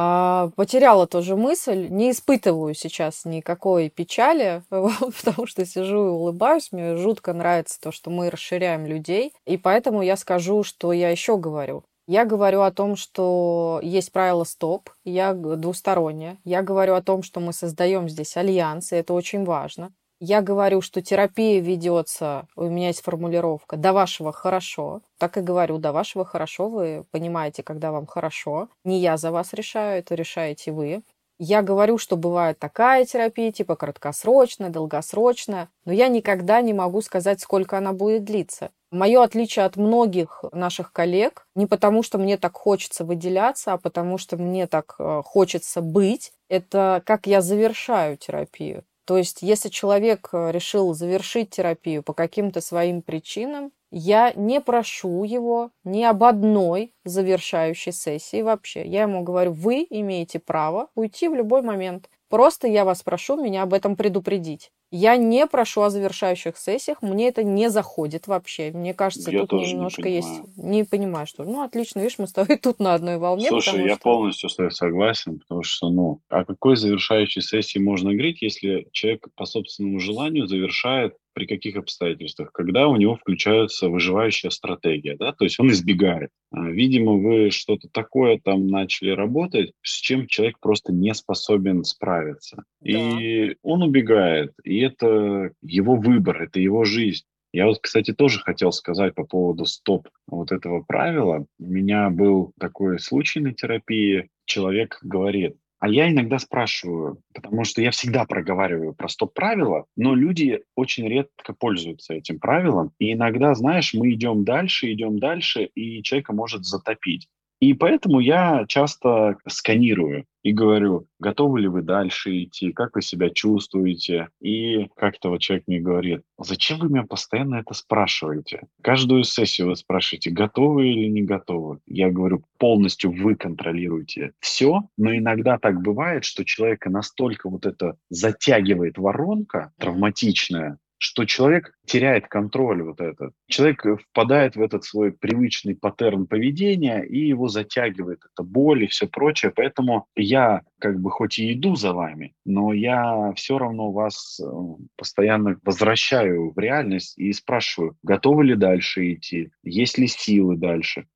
Потеряла тоже мысль, не испытываю сейчас никакой печали, вот, потому что сижу и улыбаюсь, мне жутко нравится то, что мы расширяем людей, и поэтому я скажу, что я еще говорю. Я говорю о том, что есть правило стоп, двустороннее. Я говорю о том, что мы создаем здесь альянс, и это очень важно. Я говорю, что терапия ведется, у меня есть формулировка, до вашего хорошо. Так и говорю, до вашего хорошо, вы понимаете, когда вам хорошо. Не я за вас решаю, это решаете вы. Я говорю, что бывает такая терапия, типа краткосрочная, долгосрочная, но я никогда не могу сказать, сколько она будет длиться. Мое отличие от многих наших коллег не потому, что мне так хочется выделяться, а потому что мне так хочется быть, это как я завершаю терапию. То есть, если человек решил завершить терапию по каким-то своим причинам, я не прошу его ни об одной завершающей сессии вообще. Я ему говорю, вы имеете право уйти в любой момент. Просто я вас прошу меня об этом предупредить. Я не прошу о завершающих сессиях, мне это не заходит вообще. Мне кажется, Я тут тоже не немножко есть... понимаю. Не понимаю, что... Ну, отлично, видишь, мы с тобой тут на одной волне, Слушай, потому я что... полностью с тобой согласен, потому что, ну, о какой завершающей сессии можно говорить, если человек по собственному желанию завершает при каких обстоятельствах? Когда у него включается выживающая стратегия, да, то есть он избегает. Видимо, вы что-то такое там начали работать, с чем человек просто не способен справиться. Да. И он убегает, и это его выбор, это его жизнь. Я вот, кстати, тоже хотел сказать по поводу стоп вот этого правила. У меня был такой случай на терапии. Человек говорит, а я иногда спрашиваю, потому что я всегда проговариваю про стоп-правила, но люди очень редко пользуются этим правилом. И иногда, знаешь, мы идем дальше, и человека может затопить. И поэтому я часто сканирую и говорю, готовы ли вы дальше идти, как вы себя чувствуете. И как-то вот человек мне говорит, зачем вы меня постоянно это спрашиваете? Каждую сессию вы спрашиваете, готовы или не готовы. Я говорю, полностью вы контролируете все, но иногда так бывает, что человека настолько вот это затягивает воронка травматичная, что человек теряет контроль вот этот. Человек впадает в этот свой привычный паттерн поведения, и его затягивает эта боль и все прочее. Поэтому я как бы хоть и иду за вами, но я все равно вас постоянно возвращаю в реальность и спрашиваю, готовы ли дальше идти, есть ли силы дальше.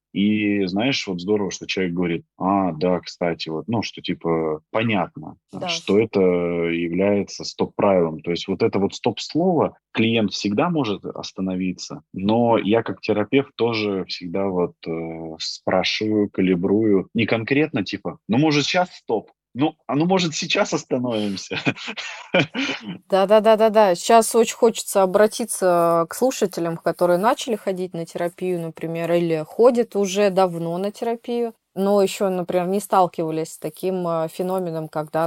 И знаешь, вот здорово, что человек говорит, да, кстати, вот, ну, что типа понятно, Да. что это является стоп-правилом. То есть вот это вот стоп-слово клиент всегда может остановиться, но я как терапевт тоже всегда вот спрашиваю, калибрую, не конкретно типа, ну, может, сейчас стоп, ну, может, сейчас остановимся. Да-да-да-да-да. Сейчас очень хочется обратиться к слушателям, которые начали ходить на терапию, например, или ходят уже давно на терапию, но еще, например, не сталкивались с таким феноменом, когда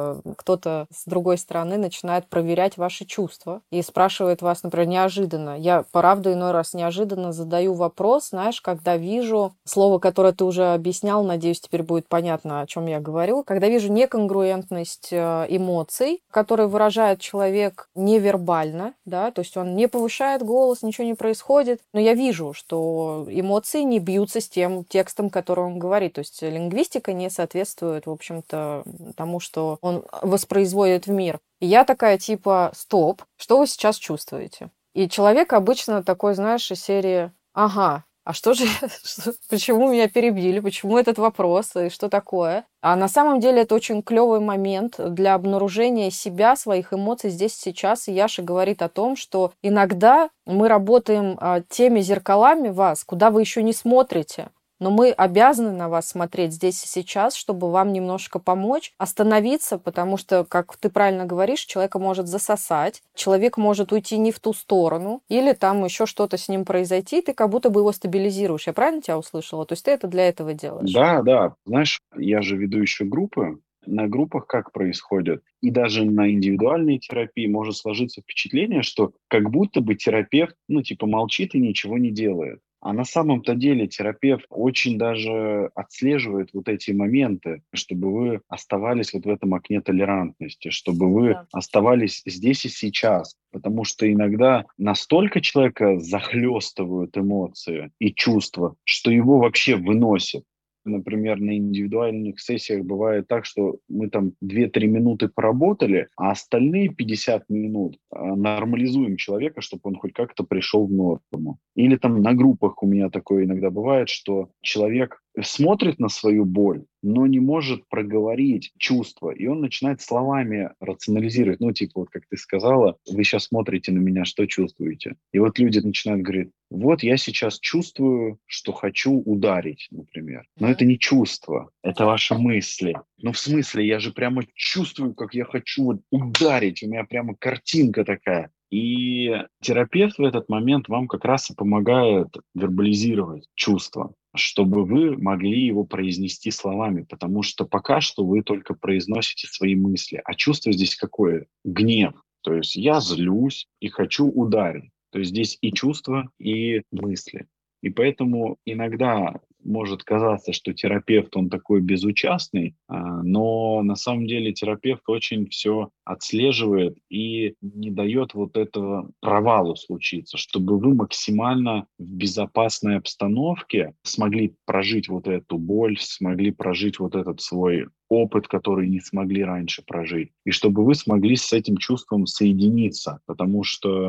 кто-то с другой стороны начинает проверять ваши чувства и спрашивает вас, например, неожиданно. Я, правда, иной раз неожиданно задаю вопрос, знаешь, когда вижу слово, которое ты уже объяснял, надеюсь, теперь будет понятно, о чем я говорю, когда вижу неконгруентность эмоций, которые выражает человек невербально, да, то есть он не повышает голос, ничего не происходит, но я вижу, что эмоции не бьются с тем текстом, который он говорит, то есть лингвистика не соответствует, в общем-то, тому, что он воспроизводит в мир. И я такая типа, стоп, что вы сейчас чувствуете? И человек обычно такой, знаешь, из серии, ага, а что же, почему меня перебили, почему этот вопрос и что такое? А на самом деле это очень клевый момент для обнаружения себя, своих эмоций здесь и сейчас. И Яша говорит о том, что иногда мы работаем теми зеркалами вас, куда вы еще не смотрите. Но мы обязаны на вас смотреть здесь и сейчас, чтобы вам немножко помочь остановиться, потому что, как ты правильно говоришь, человека может засосать, человек может уйти не в ту сторону, или там еще что-то с ним произойти, и ты как будто бы его стабилизируешь. Я правильно тебя услышала? То есть ты это для этого делаешь? Да, да. Знаешь, я же веду еще группы. На группах как происходит? И даже на индивидуальной терапии может сложиться впечатление, что как будто бы терапевт, ну, типа, молчит и ничего не делает. А на самом-то деле терапевт очень даже отслеживает вот эти моменты, чтобы вы оставались вот в этом окне толерантности, чтобы вы Да. оставались здесь и сейчас. Потому что иногда настолько человека захлестывают эмоции и чувства, что его вообще выносит. Например, на индивидуальных сессиях бывает так, что мы там 2-3 минуты поработали, а остальные 50 минут нормализуем человека, чтобы он хоть как-то пришел в норму. Или там на группах у меня такое иногда бывает, что человек смотрит на свою боль, но не может проговорить чувства, и он начинает словами рационализировать. Ну, типа, вот как ты сказала, вы сейчас смотрите на меня, что чувствуете? И вот люди начинают говорить, вот я сейчас чувствую, что хочу ударить, например. Но Мгм. это не чувство, это Да. ваши мысли. Ну, в смысле, я же прямо чувствую, как я хочу вот ударить. У меня прямо картинка такая. И терапевт в этот момент вам как раз и помогает вербализировать чувство, чтобы вы могли его произнести словами, потому что пока что вы только произносите свои мысли. А чувство здесь какое? Гнев. То есть я злюсь и хочу ударить. То есть здесь и чувства, и мысли. И поэтому иногда может казаться, что терапевт, он такой безучастный, но на самом деле терапевт очень все отслеживает и не дает вот этого провалу случиться, чтобы вы максимально в безопасной обстановке смогли прожить вот эту боль, смогли прожить вот этот свой опыт, который не смогли раньше прожить, и чтобы вы смогли с этим чувством соединиться, потому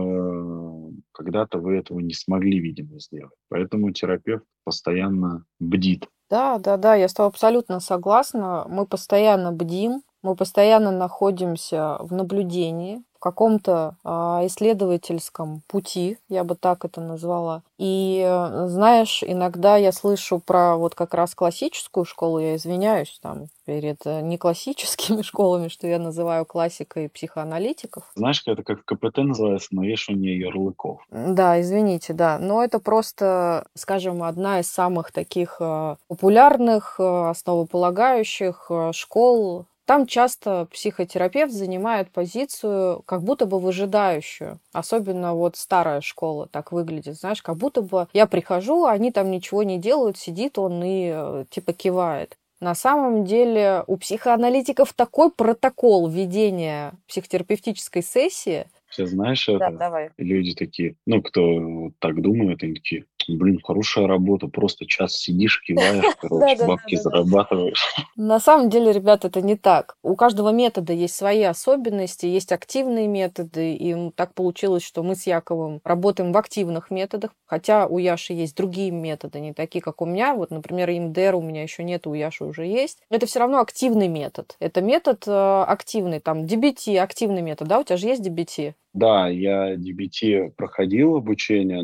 что когда-то вы этого не смогли, видимо, сделать. Поэтому терапевт постоянно бдит. Да, да, да, я с тобой абсолютно согласна. Мы постоянно бдим, мы постоянно находимся в наблюдении, в каком-то исследовательском пути, я бы так это назвала. И знаешь, иногда я слышу про вот как раз классическую школу, я извиняюсь там перед неклассическими школами, что я называю классикой психоаналитиков. Знаешь, это как в КПТ называется навешивание ярлыков. Да, извините, да. Но это просто, скажем, одна из самых таких популярных, основополагающих школ. Там часто психотерапевт занимает позицию как будто бы выжидающую. Особенно вот старая школа так выглядит, знаешь, как будто бы я прихожу, а они там ничего не делают, сидит он и типа кивает. На самом деле у психоаналитиков такой протокол ведения психотерапевтической сессии. Все знаешь Да, это? давай. Люди такие, ну, кто вот так думает, они такие, Блин, хорошая работа. Просто час сидишь, киваешь, короче, бабки Да-да-да-да-да. зарабатываешь. На самом деле, ребят, это не так. У каждого метода есть свои особенности, есть активные методы, и так получилось, что мы с Яковом работаем в активных методах, хотя у Яши есть другие методы, не такие, как у меня. Вот, например, ИМДР у меня еще нет, у Яши уже есть. Но это все равно активный метод. Это метод активный, там, DBT, активный метод, да? У тебя же есть DBT? Да, я DBT проходил обучение,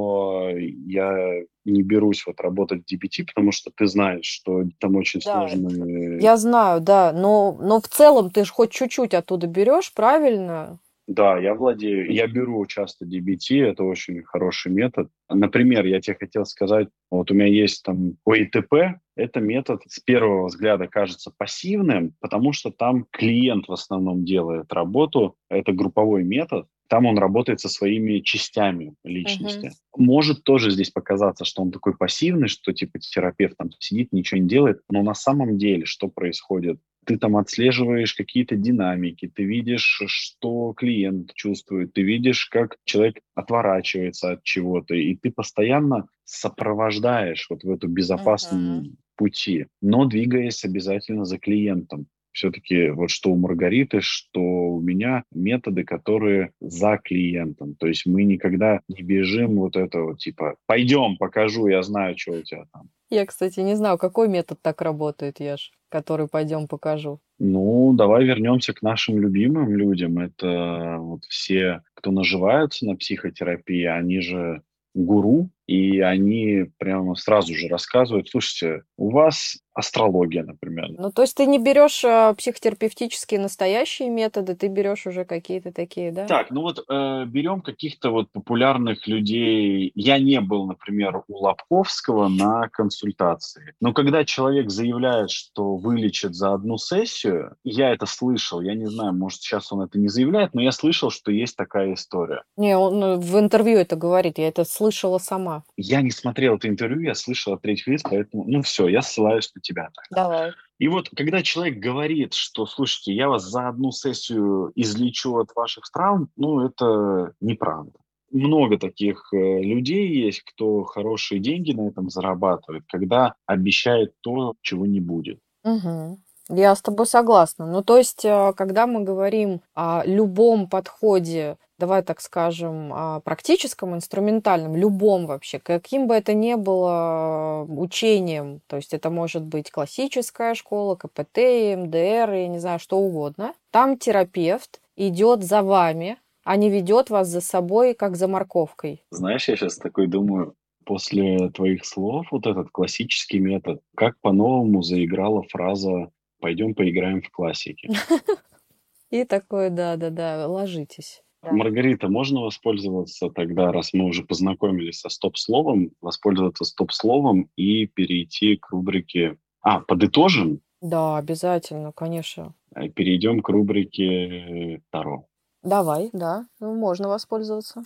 но я не берусь вот работать в DBT, потому что ты знаешь, что там очень Да, сложные. я знаю, да, но в целом ты же хоть чуть-чуть оттуда берешь, правильно? Да, я владею, я беру часто DBT, это очень хороший метод. Например, я тебе хотел сказать, вот у меня есть там ОИТП, это метод с первого взгляда кажется пассивным, потому что там клиент в основном делает работу, это групповой метод, там он работает со своими частями Мгм. личности. Может тоже здесь показаться, что он такой пассивный, что типа терапевт там сидит, ничего не делает, но на самом деле что происходит? Ты там отслеживаешь какие-то динамики, ты видишь, что клиент чувствует, ты видишь, как человек отворачивается от чего-то, и ты постоянно сопровождаешь вот в эту Мгм. безопасном пути, но двигаясь обязательно за клиентом. Все-таки вот что у Маргариты, что у меня методы, которые за клиентом. То есть мы никогда не бежим вот этого типа «пойдем, покажу, я знаю, что у тебя там». Я, кстати, не знаю, какой метод так работает, Яш, который пойдем покажу. Ну, давай вернемся к нашим любимым людям. Это вот все, кто наживаются на психотерапии, они же гуру, и они прямо сразу же рассказывают, слушайте, у вас астрология, например. Ну, то есть ты не берешь психотерапевтические настоящие методы, ты берешь уже какие-то такие, да? Так, ну вот берем каких-то вот популярных людей. Я не был, например, у Лобковского на консультации. Но когда человек заявляет, что вылечит за одну сессию, я это слышал. Я не знаю, может, сейчас он это не заявляет, но я слышал, что есть такая история. Не, он в интервью это говорит, я это слышала сама. Я не смотрел это интервью, я слышал от третьих лиц, поэтому, ну все, я ссылаюсь на тебя тогда. Давай. И вот, когда человек говорит, что, слушайте, я вас за одну сессию излечу от ваших травм, ну, это неправда. Много таких людей есть, кто хорошие деньги на этом зарабатывает, когда обещает то, чего не будет. Мгм. Я с тобой согласна. Ну, то есть, когда мы говорим о любом подходе, давай так скажем, практическом, инструментальном, любом вообще, каким бы это ни было учением, то есть это может быть классическая школа, КПТ, МДР, я не знаю, что угодно, там терапевт идет за вами, а не ведет вас за собой, как за морковкой. Знаешь, я сейчас такой думаю, после твоих слов, вот этот классический метод, как по-новому заиграла фраза «пойдем поиграем в классики». И такое, да-да-да, ложитесь. Да. Маргарита, можно воспользоваться тогда, раз мы уже познакомились со стоп-словом, воспользоваться стоп-словом и перейти к рубрике... подытожим, Да, обязательно, конечно. перейдем к рубрике Таро. Давай, да, ну, можно воспользоваться.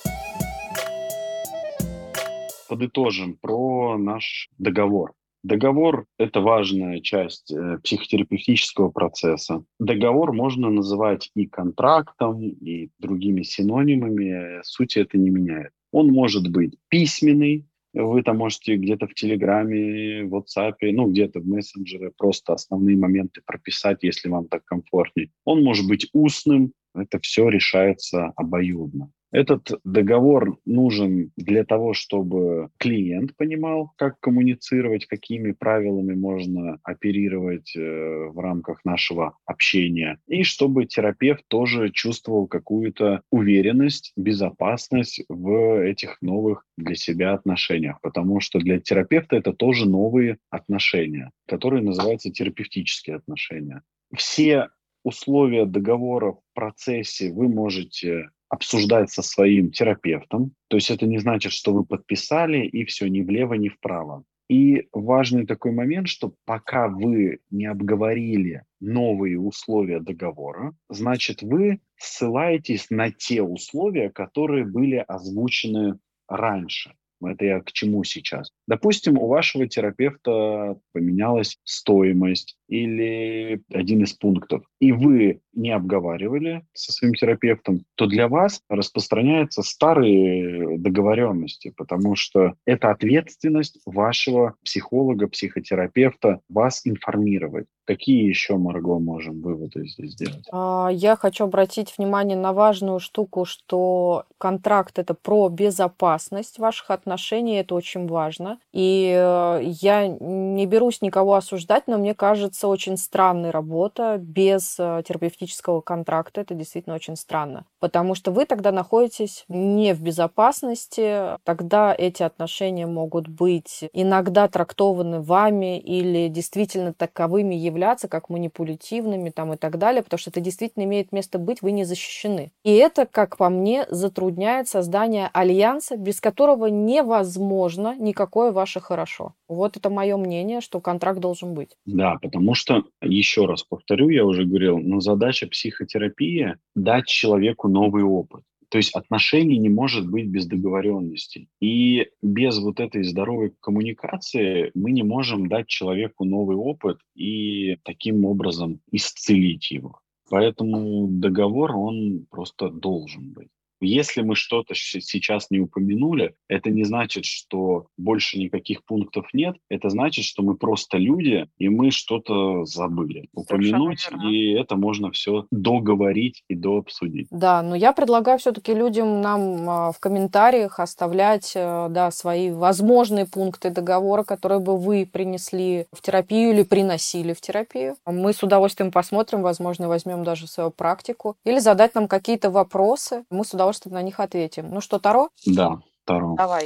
Подытожим про наш договор. Договор– это важная часть психотерапевтического процесса. Договор можно называть и контрактом, и другими синонимами. Суть это не меняет. Он может быть письменный, вы там можете где-то в Телеграме, в WhatsApp, ну где-то в мессенджере просто основные моменты прописать, если вам так комфортнее. Он может быть устным, это все решается обоюдно. Этот договор нужен для того, чтобы клиент понимал, как коммуницировать, какими правилами можно оперировать в рамках нашего общения, и чтобы терапевт тоже чувствовал какую-то уверенность, безопасность в этих новых для себя отношениях, потому что для терапевта это тоже новые отношения, которые называются терапевтические отношения. Все условия договора в процессе вы можете обсуждать со своим терапевтом. То есть это не значит, что вы подписали и все, ни влево, ни вправо. И важный такой момент, что пока вы не обговорили новые условия договора, значит, вы ссылаетесь на те условия, которые были озвучены раньше. Это я к чему сейчас? Допустим, у вашего терапевта поменялась стоимость или один из пунктов, и вы не обговаривали со своим терапевтом, то для вас распространяются старые договоренности, потому что это ответственность вашего психолога, психотерапевта вас информировать. Какие еще, Марго, можем выводы здесь сделать? Я хочу обратить внимание на важную штуку, что контракт это про безопасность ваших отношений, это очень важно. И я не берусь никого осуждать, но мне кажется, очень странной работа без терапевтического контракта. Это действительно очень странно. Потому что вы тогда находитесь не в безопасности, тогда эти отношения могут быть иногда трактованы вами или действительно таковыми являться, как манипулятивными там, и так далее, потому что это действительно имеет место быть, вы не защищены. И это, как по мне, затрудняет создание альянса, без которого невозможно никакое ваше хорошо. Вот это мое мнение, что контракт должен быть. Да, потому что, еще раз повторю, я уже говорил, но задача психотерапии – дать человеку новый опыт. То есть отношений не может быть без договоренностей. И без вот этой здоровой коммуникации мы не можем дать человеку новый опыт и таким образом исцелить его. Поэтому договор, он просто должен быть. Если мы что-то сейчас не упомянули, это не значит, что больше никаких пунктов нет. Это значит, что мы просто люди, и мы что-то забыли Совершенно упомянуть, верно. и это можно все договорить и дообсудить. Да, но я предлагаю все-таки людям нам в комментариях оставлять да, свои возможные пункты договора, которые бы вы принесли в терапию или приносили в терапию. Мы с удовольствием посмотрим, возможно, возьмем даже свою практику. Или задать нам какие-то вопросы, мы с удовольствием на них ответим. Ну что, Таро? Да, Таро. Давай.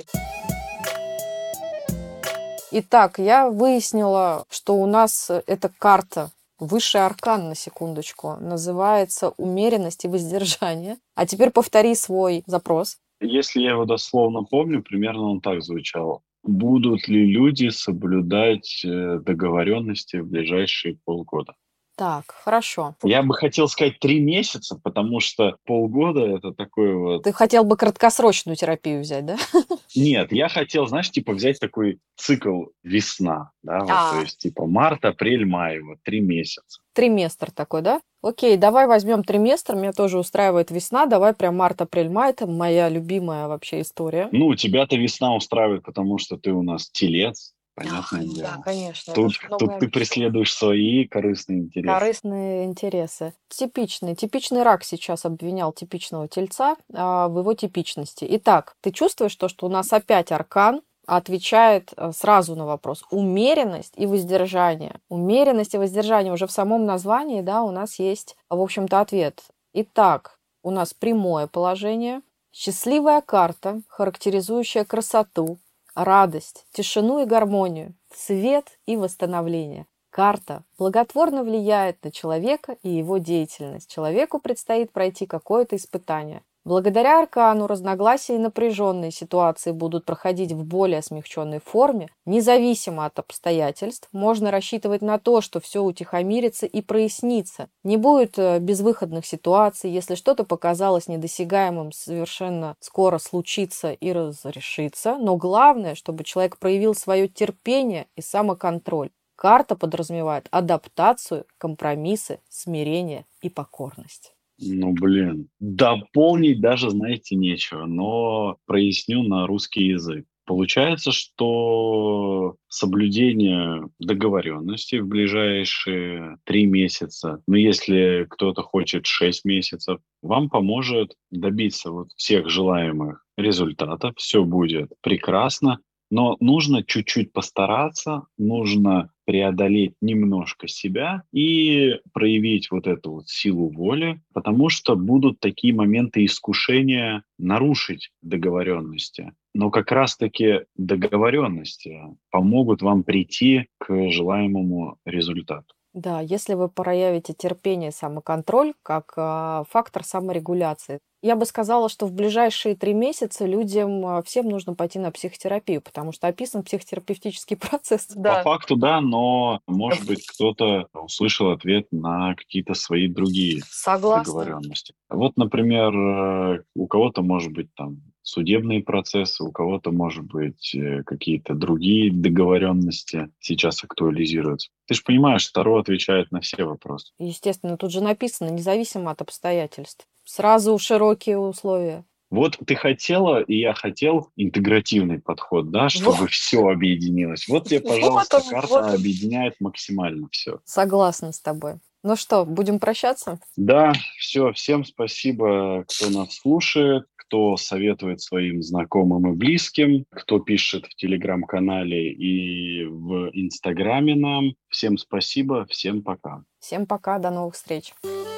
Итак, я выяснила, что у нас эта карта, высший аркан, на секундочку, называется «Умеренность и воздержание». А теперь повтори свой запрос. Если я его дословно помню, примерно он так звучал. Будут ли люди соблюдать договоренности в ближайшие полгода? Так, хорошо. Я бы хотел сказать 3 месяца, потому что полгода это такой вот... Ты хотел бы краткосрочную терапию взять, да? Нет, я хотел, знаешь, типа взять такой цикл весна, да, вот, то есть типа март, апрель, май, вот 3 месяца. Триместр такой, да? Окей, давай возьмем триместр. Меня тоже устраивает весна. Давай прям март, апрель, май. Это моя любимая вообще история. Ну, тебя-то весна устраивает, потому что ты у нас телец, понятное Да, дело. конечно. Это Тут, ж тут многое ты объясняет. преследуешь свои корыстные интересы. Корыстные интересы. Типичный рак сейчас обвинял типичного тельца в его типичности. Итак, ты чувствуешь то, что у нас опять аркан отвечает сразу на вопрос. Умеренность и воздержание. Умеренность и воздержание. Уже в самом названии, да, у нас есть, в общем-то, ответ. Итак, у нас прямое положение. Счастливая карта, характеризующая красоту, радость, тишину и гармонию, свет и восстановление. Карта благотворно влияет на человека и его деятельность. Человеку предстоит пройти какое-то испытание. Благодаря аркану разногласия и напряженные ситуации будут проходить в более смягченной форме. Независимо от обстоятельств, можно рассчитывать на то, что все утихомирится и прояснится. Не будет безвыходных ситуаций, если что-то показалось недосягаемым, совершенно скоро случится и разрешится. Но главное, чтобы человек проявил свое терпение и самоконтроль. Карта подразумевает адаптацию, компромиссы, смирение и покорность. Ну, блин, дополнить даже, знаете, нечего, но проясню на русский язык. Получается, что соблюдение договоренности в ближайшие 3 месяца, ну, если кто-то хочет 6 месяцев, вам поможет добиться вот всех желаемых результатов. Все будет прекрасно, но нужно чуть-чуть постараться, нужно преодолеть немножко себя и проявить вот эту вот силу воли, потому что будут такие моменты искушения нарушить договоренности. Но как раз-таки договоренности помогут вам прийти к желаемому результату. Да, если вы проявите терпение и самоконтроль как фактор саморегуляции. Я бы сказала, что в ближайшие 3 месяца людям всем нужно пойти на психотерапию, потому что описан психотерапевтический процесс. По Да. факту, да, но, может быть, кто-то услышал ответ на какие-то свои другие Согласна. договоренности. Вот, например, у кого-то, может быть, там судебные процессы, у кого-то, может быть, какие-то другие договоренности сейчас актуализируются. Ты же понимаешь, Таро отвечает на все вопросы. Естественно, тут же написано, независимо от обстоятельств. Сразу широкие условия. Вот ты хотела, и я хотел интегративный подход, да, чтобы Вот, все объединилось. Вот тебе, вот пожалуйста, он, карта вот он. объединяет максимально все. Согласна с тобой. Ну что, будем прощаться? Да, все, всем спасибо, кто нас слушает, кто советует своим знакомым и близким, кто пишет в Телеграм-канале и в Инстаграме нам. Всем спасибо, всем пока. Всем пока, до новых встреч.